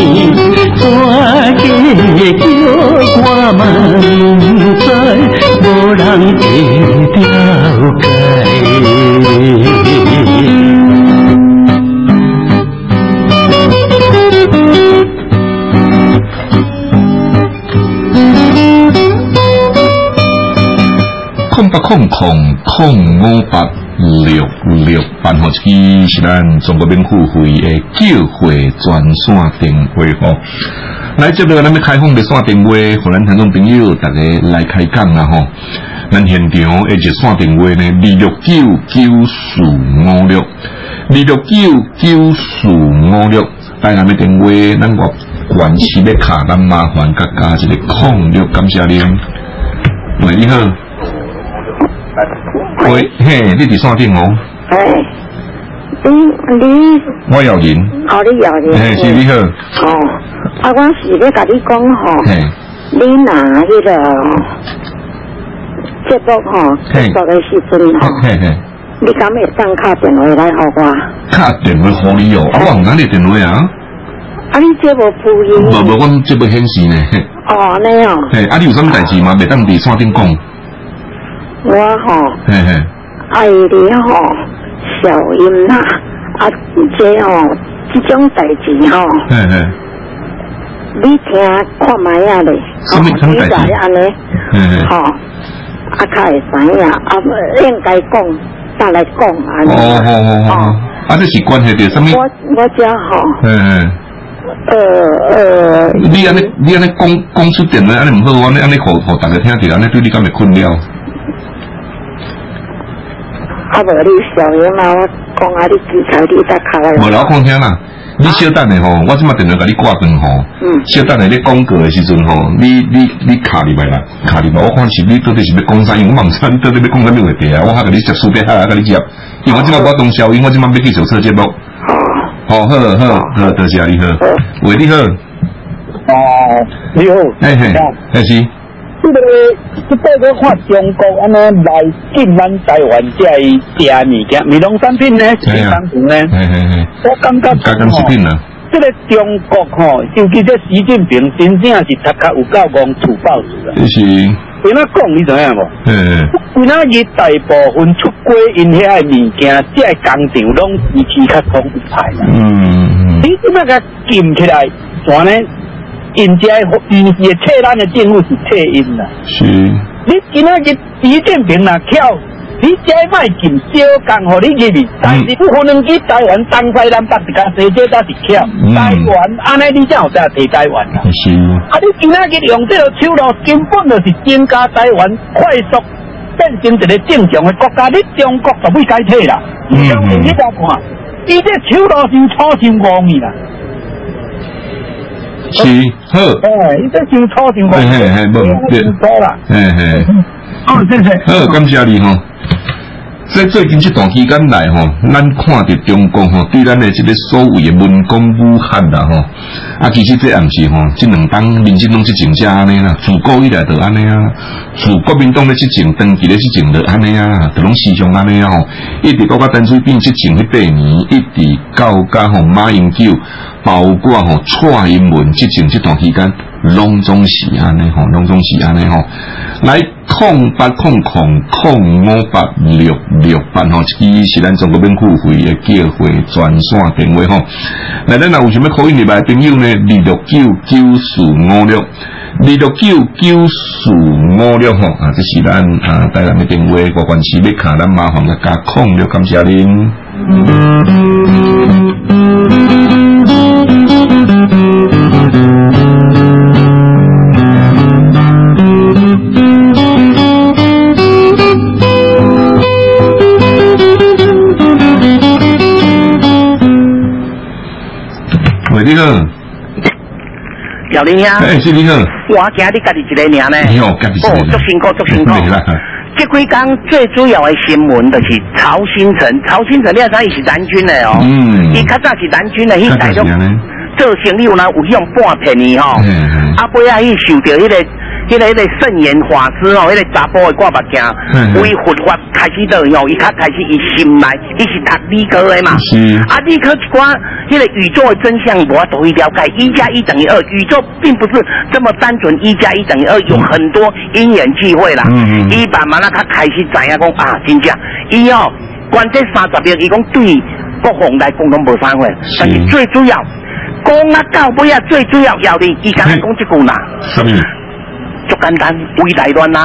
Speaker 4: 怎个叫我们知，无人会了解。
Speaker 1: 空八空空空五八六六八号，这是咱中国免付费的叫会专线电话吼。来，接着咱要开放热线电话，互咱听众朋友大家来开讲啦吼。咱现场的热线电话呢，二六九九四五六，二六九九四五六。带咱的电话，咱我关系要卡，咱麻烦加加一个空六，感谢您。喂，你好。喂，嘿，你伫线顶哦。
Speaker 17: 哎，你你。
Speaker 1: 我姚人。
Speaker 17: 哦，你姚人。
Speaker 1: 嘿，是你好。
Speaker 17: 哦，啊，我是要甲你讲吼，你拿迄个节目吼，节目的时阵吼，
Speaker 1: 嘿嘿，
Speaker 17: 你敢会当敲电话来互我？
Speaker 1: 敲电话互你哦，啊，我唔拿你电话啊。
Speaker 17: 啊，你这无敷衍。
Speaker 1: 无无，我这无显示呢。
Speaker 17: 哦，安尼哦。
Speaker 1: 嘿，啊，你有啥物代志嘛？袂当伫线顶讲。
Speaker 17: 我吼，
Speaker 1: 嘿嘿，
Speaker 17: 爱你吼，小音啦，啊，这吼，这种代志吼，
Speaker 1: 嘿嘿，
Speaker 17: 你听看卖啊咧，
Speaker 1: 什么什么代志？
Speaker 17: 安尼，
Speaker 1: 嘿嘿，
Speaker 17: 吼，啊，较会知影，啊，应该讲，再来讲安尼。
Speaker 1: 哦哦哦哦，啊，这是关系到什么？
Speaker 17: 我我遮吼，
Speaker 1: 嘿嘿。
Speaker 17: 呃呃，
Speaker 1: 你安尼，你安尼讲讲出电话，安尼唔好，安尼安尼，互互大家听着，安尼对你敢会困扰？
Speaker 17: 啊，无你小音啊，我讲啊，你技巧你再敲来。
Speaker 1: 无啦，我讲听啦，你小等下吼，我即马电话甲你挂断吼，
Speaker 17: 嗯，
Speaker 1: 小等下你广告的时阵吼，你你你卡入来啦，卡入来，我看是你到底是要讲啥？因为我茫san到底要讲啥物话题啊？我还甲你接书笔下来甲你接，因为我即马我当小音，我即马要继续做节目。好，好，好，好，多谢你好，喂，你好。
Speaker 18: 哦，你好。
Speaker 1: 哎嘿，哎是。
Speaker 18: 这个这个我看中国安尼来进咱台湾这系食物件，美容产品呢，健康品呢，我感觉
Speaker 1: 健康食品啊。
Speaker 18: 这个中国吼，尤其这习近平真正是头壳有够戆土包子啊。
Speaker 1: 是。
Speaker 18: 为哪讲你知影无？
Speaker 1: 嗯。
Speaker 18: 为哪伊大部分出国因遐个物件，这个工厂拢支持较统一派啦。嗯。你怎么个禁起来？怎呢？因这伊是测咱的政府是测因啦。
Speaker 1: 是。
Speaker 18: 你今仔日习近平若巧，你这卖禁小工互你入去，但是不可能去台湾东西南北一家西这才是巧。台湾安尼你才有在提台湾啦。
Speaker 1: 是。
Speaker 18: 啊，你今仔日用这个手路，根本就是增加台湾快速变成一个正常的国家。你中国就不该退啦。嗯。你你再看，伊这手路是初心无义啦。
Speaker 1: 是好，
Speaker 18: 哎，伊这真错真错，
Speaker 1: 嘿嘿嘿，无
Speaker 18: 真错啦，
Speaker 1: 嘿嘿，
Speaker 18: 好，谢谢，
Speaker 1: 好，感谢你吼。在最近这段期间来吼，咱看到中国吼对咱的这个所谓的文攻武吓啦吼，啊，其實這也唔是吼，這兩黨民進黨執政才安尼啦，自古以來就安尼啊，自國民黨咧執政，長期咧執政就安尼啊，就攏思想安尼啊吼，一直到甲陳水扁執政迄八年，一直到甲吼馬英九，包括吼蔡英文執政這段期間，攏總是安尼吼，攏總是安尼吼，來空八空空空五八六六八吼，呢是咱中國免付費嘅叫會專線電話吼。嚟咱若有想要 call 入來朋友呢，二六九九四五六，二六九九四五六吼啊，這是咱啊帶咱嘅電話，個關係要卡咱麻煩嘅加空了，感謝您。你好，
Speaker 19: 姚林呀，
Speaker 1: 哎，是你好，
Speaker 19: 我惊你家己一个名呢，
Speaker 1: 哦，家己一个，
Speaker 19: 哦，足辛苦，足辛苦。这几天最主要的新闻就是曹新成，曹新成你也知伊是蓝军的哦，嗯，伊较早是蓝军的，迄代种做生意有哪有用半片呢吼，啊，尾仔伊受到迄个。迄个迄个圣严法师吼，迄个查甫的挂目镜，为佛法开始倒吼，伊较开始伊心内，伊是读理科的嘛，啊，理科一寡迄个宇宙的真相无法度去了解，一加一等于二，宇宙并不是这么单纯，一加一等于二，有很多因缘际会啦。伊慢慢啊，较开始知影讲啊，真正伊哦，关这三十秒，伊讲对国防来讲拢无啥货，但是最主要讲啊到尾啊，最主要要的，伊刚才讲这句啦。什么？足简单，未来乱啦，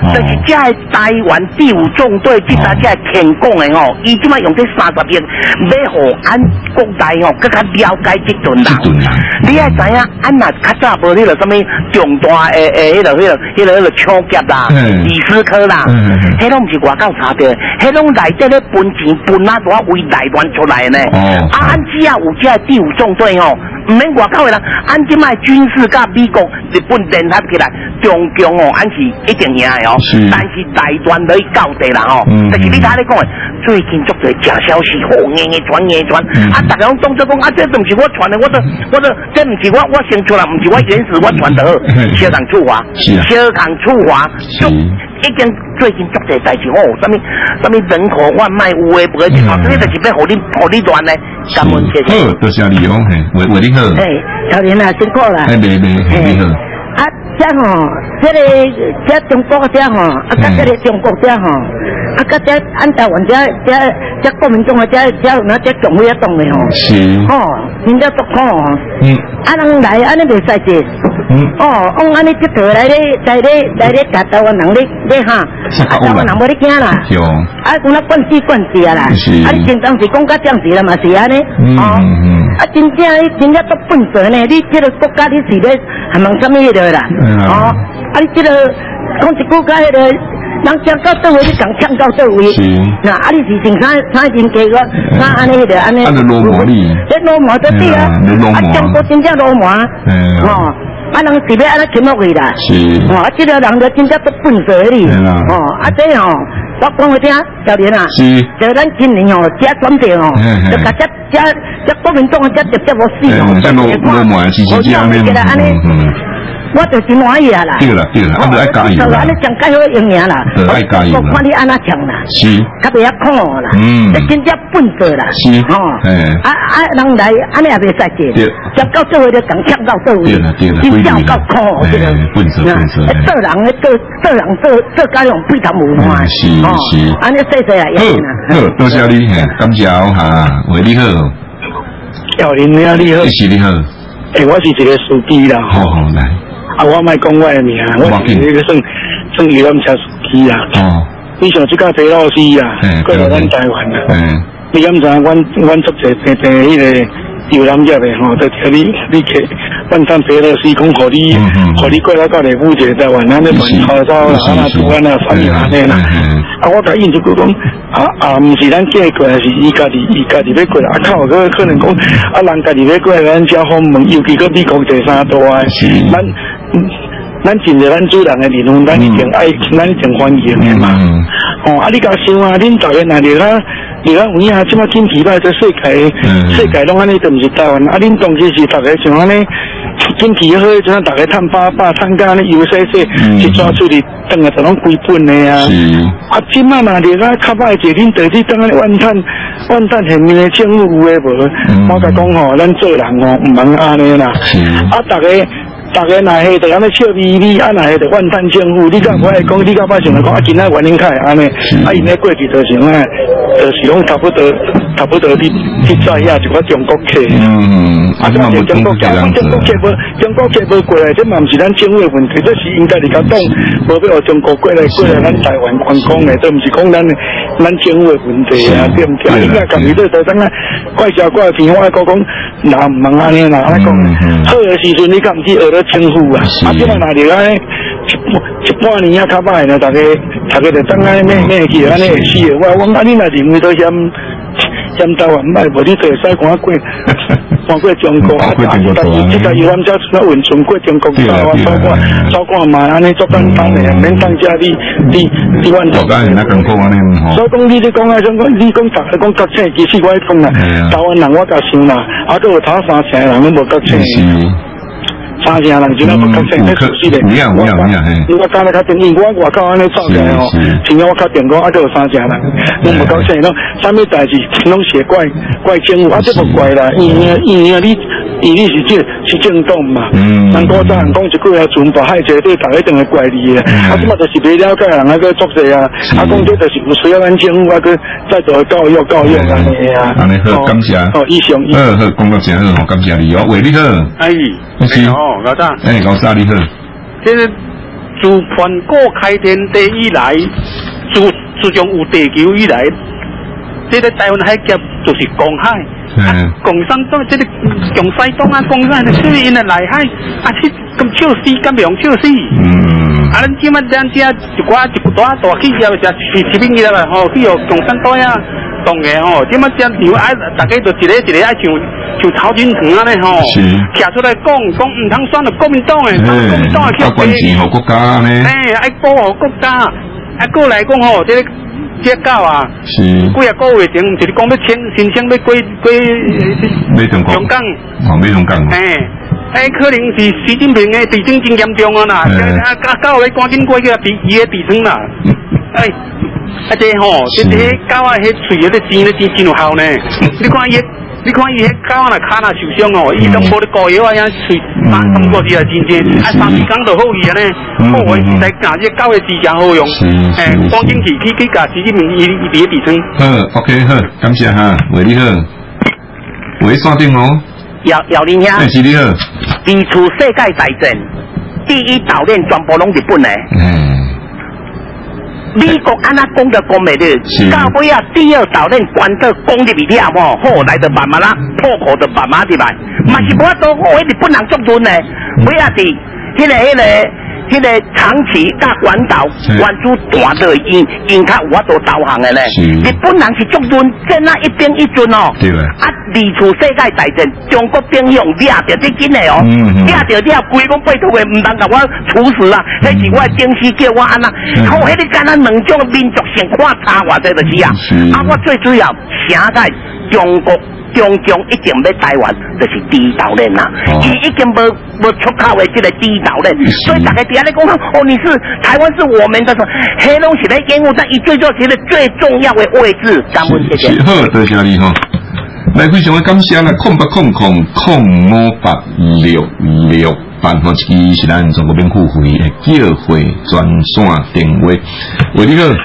Speaker 19: 就是这台湾第五纵队这搭这天讲的吼，伊即摆用这三十亿，要互俺国内吼更加了解这阵人。你爱知影，俺若较早无迄个什么重大诶诶，迄个迄个迄个迄个抢劫啦、李斯科啦，迄拢毋是外口查着，迄拢内底咧分钱分啊多为内乱出来呢。啊，俺只要有这第五纵队吼。唔免外口的人，俺即卖军事甲美国、日本联合起来，中共哦，俺是一定赢的哦。但是内乱可以到地啦吼。嗯、但是你睇你讲的，最近足侪假消息，好硬硬传硬传，嗯、啊，大家拢当作讲啊，这都唔是我传的，我都我都这唔是我我生出来，唔是我原始我传的好，小港处罚，小港处罚，就已经最近足侪代志哦，什么什么人口贩卖有诶无诶，啊，这就是要互你互你乱的，感恩谢谢。
Speaker 1: 好，多谢你哦，嘿，为为你。
Speaker 17: 哎，少年啊，辛苦啦！
Speaker 1: 哎，没没，你好。
Speaker 17: 啊，这吼，这个这中国这吼，啊，甲这个中国这吼，啊，甲这按台湾这这这国民党啊，这这那这总会动的吼。是。哦，人家都看哦。嗯。啊，人来安尼袂使者。嗯。哦，往安尼这头来咧，来咧来咧，甲台湾人咧咧哈，啊，台湾人无咧惊啦。有。啊，讲那管死管死啊啦。是。啊，你正当是讲甲这样子啦嘛，是安尼。嗯嗯。啊，真正真正都笨蛇呢！你这个国家你是咧还问什么迄个啦？哦，啊，你这个讲一句讲迄个，人讲到倒位，你讲抢到倒位。是。那啊，你是穿啥啥人家个？啥安尼迄个安尼？啊，你罗马哩？你罗马都对啊！啊，中国真正罗马。嗯。哦，啊，人是要安尼侵落去啦。是。哦，啊，这个人就真正都笨蛇哩。哦，啊，这哦。我讲我听，少年啊，是，就咱今年哦，这选择哦，就甲这这这国民党这直接无死哦，这罗罗马是是这样的，嗯，我就真满意啊啦。对啦对啦，俺就爱加油啦。安尼讲介好赢赢啦，我我看你安那强啦，是，较袂遐看啦，嗯，这真正笨死啦，是，哦，啊啊人来安尼也袂使者，将到最后就讲抢到最后，对啦对啦，真正够看这个笨死笨死，做人咧做做人做做家用非常无赖，是是，安尼细细来赢啦。
Speaker 1: 好，多谢你，感谢哦哈，为你好，
Speaker 18: 小林你好，你好，
Speaker 1: 是你好，
Speaker 18: 诶，我是一个司机啦，好好来。啊，我莫讲我的名，我是那个算算游览车司机啦。哦，你像这个裴老师啊，过来咱台湾啦。嗯，你敢知？阮阮做者者者迄个游览业的吼，就听你你去万山裴老师讲，互你互你过来到来负责台湾，咱咧门口走啦，啊，拄安那反应安尼啦。啊，我甲应就讲，啊啊，毋是咱过来过来，是伊家己伊家己要过来，啊靠，个可能讲，啊人家己要过来，咱遮访问，尤其个美国第三大诶，咱。咱真侪咱主人的灵魂，咱一定爱，咱一定欢迎的嘛。哦，啊，你甲想啊，恁大家若离啊，离啊有影，即马天气歹，这世界世界拢安尼，都毋是台湾。啊，恁当时是大家像安尼，天气好，就像大家趁饱饱，趁到安尼油洗洗，是抓出去，当下就拢归本的啊。啊，即马若离啊较歹者，恁到底当安尼怨叹怨叹下面的政府有诶无？我甲讲吼，咱做人吼，毋通安尼啦。啊，大家。大家若系就安尼笑眯眯，啊若系就怨叹政府，你敢不爱讲？你敢捌想来讲啊？今仔原因较会安尼，啊因咧过去就是啊，就是拢差不多，差不多你你知影一个中国客。嗯，啊，即嘛无中国客，中国客无中国客无过来，这嘛毋是咱政府的问题，这是应该是甲党无要互中国过来过来咱台湾观光的，都毋是讲咱咱政府的问题啊，对毋对？啊，你若讲伊这就等啊怪小怪片，我讲讲，若毋通安尼啦，我讲好的时阵你敢毋去学了？称呼啊，啊！即摆哪里安尼一一半年啊，较歹呢，大家大家就等安尼咩咩去，安尼会死的。我我啊，你若认为都嫌嫌台湾歹，无你就会使看过看过中国啊！但是但是，即个游览车那温存过中国走啊，走看走看嘛，安尼足简单的，免当家你你你万做。当然那更好安尼吼。所以讲你咧讲啊，像讲你讲大家讲国庆，其实我讲啦，台湾人我甲想啦，啊，佫有头三成人拢无国庆。三成人真啊不较清，迄熟悉的。有影有影有影嘿。如果讲咧较电影，我外口安尼走起来哦，像我较电讲，啊，都有三成人，拢无够清，拢啥物代志拢写怪怪政府，啊，这无怪啦，因为因为你因为是这是政党嘛，嗯，咱古早人讲一句啊，全部害者对大家一定会怪你的，啊，即嘛就是袂了解人啊个作者啊，啊，讲这就是有需要咱政府啊个再做教育教育安尼啊。安尼好，感谢。哦，以上。好好，讲到真好，感谢你哦，喂，你好。哎。你好。老大，哎，老大你好。这个自盘古开天地以来，自自从有地球以来，这个台湾海峡就是公海。啊，共产党这个共西党啊，共产的所以因的内海，啊，去咁笑死，咁样笑死。嗯。啊，咱即马咱遮一寡一大大企业就是是边个啦？吼，去哦共产党啊，动的吼，即马遮场爱大家就一个一个爱像像曹金堂啊咧吼，徛出来讲讲唔通选了国民党诶，国民党诶叫
Speaker 1: 关系好国家呢。
Speaker 18: 哎，爱保护国家，啊，过来讲吼，这个。这狗啊，
Speaker 1: 是
Speaker 18: 几啊个月前，就是讲要请新乡要过过
Speaker 1: 香
Speaker 18: 港，
Speaker 1: 哦，要香港。
Speaker 18: 哎，哎，可能是习近平的地震真严重啊啦，啊啊狗咧赶紧过去啊，地伊的地震啦，哎，啊这吼，这这狗啊，迄喙咧尖咧尖真有效呢，你看伊。你看伊迄狗若骹若受伤哦，伊都无咧膏药啊，样喙打通过去啊，真正啊三四工就好去啊呢。好诶，实在教这狗诶治真好用。诶，赶紧去去去教习近平伊伊伫伫床。
Speaker 1: 好 ，OK 好，感谢哈，为你好，喂，线顶哦。
Speaker 19: 姚姚林兄。
Speaker 1: 哎，是你好。
Speaker 19: 二次世界大战第一岛链全部拢日本诶。嗯。美国安那讲就讲袂了，到尾啊第二岛链关到讲入去了吼，后来就慢慢啦破口就慢慢入来，嘛是无法度，我日本人作论呢，尾啊是迄个迄个迄个长崎甲关岛关主大到因因较有法度导航的咧，日本人是作论，在那一兵一尊哦，啊二次世界大战中国兵用掠着这紧的哦，掠着了规讲拜托的，唔通甲我处死啊，迄是我的警司叫我安那，好，迄个敢若两种民族性看差偌济就是啊，啊我最主要现在中国。中共一定要台湾，就是第一岛链呐。伊、哦、已经无无出口的这个第一岛链，所以大家底下咧讲哦，你是台湾是我们的，黑龙是咧掩护，但伊最重要的最重要的位置，感恩谢谢。
Speaker 1: 好，多谢你哈。来，非常的感谢啦，空八空空空五八六六八吼，伊是咱中国免付费的叫会专线电话。喂，你好。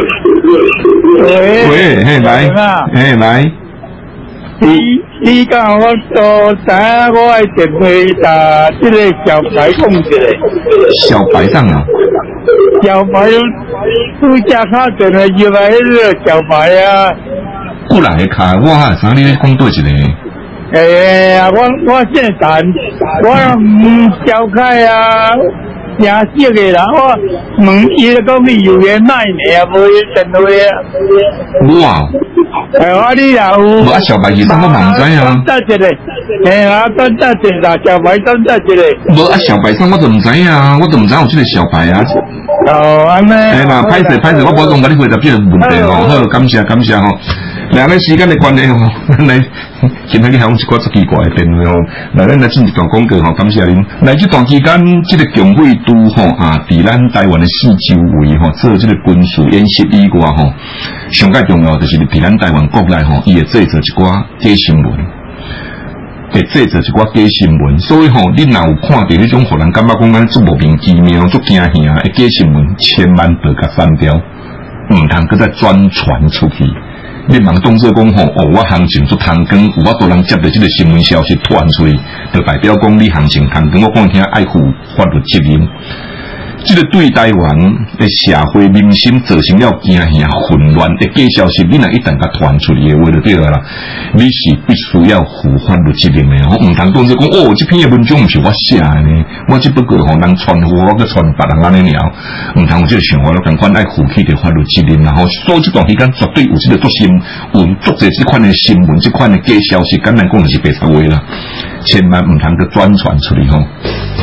Speaker 1: 喂。喂，嘿来，嘿来。
Speaker 20: 你你讲我都知影，我爱电话打这个小白讲一个。
Speaker 1: 小白上啊？
Speaker 20: 小白拄只卡电话入来迄个小白啊。
Speaker 1: 过来的卡，我哈啥你咧讲对一个？
Speaker 20: 哎呀，我我现在我唔小开啊。正式的啦，我问伊讲你有缘奈呢，无电话啊。
Speaker 1: 哇！
Speaker 20: 哎，我你也有。
Speaker 1: 无啊，小白是啥我嘛唔知啊。
Speaker 20: 等一个，哎啊，等等一个，小白等等一个。
Speaker 1: 无啊，小白啥我就唔知啊，我就唔知有这个小白啊。
Speaker 20: 哦，安尼。
Speaker 1: 哎嘛，歹势歹势，我无讲甲你回答这个问题哦。好，感谢感谢吼。两个时间的关系吼，咱来今天去响一寡足奇怪的电话吼，来咱来进一段广告吼，感谢您。来这段期间，这个共会都吼啊，伫咱台湾的四周围吼，做这个军事演习以外吼，上界重要就是伫咱台湾国内吼，伊会制作一寡假新闻，会制作一寡假新闻，所以吼，你若有看到迄种互人感觉讲咱足莫名其妙、足惊吓的假新闻，千万别甲删掉，唔通搁再转传出去。你忙动作讲吼，哦，我行情做通光，有法度人接到这个新闻消息传出去，就代表讲你行情通光。我讲听爱负法律责任。这个对台湾的社会民心造成了惊吓、混乱的假消息，你若一旦甲传出去的话就对了啦。你是必须要负法律责任的，吼，唔通动作讲哦，这篇的文章唔是我写的呢，我只不过吼人传呼我，佮传别人安尼了，唔通有这个想法，赶快爱负起的法律责任，然后所以这段时间绝对有这个做新闻、做这这款的新闻、这款的假消息，简单讲就是白话话啦，千万唔通佮转传出去吼。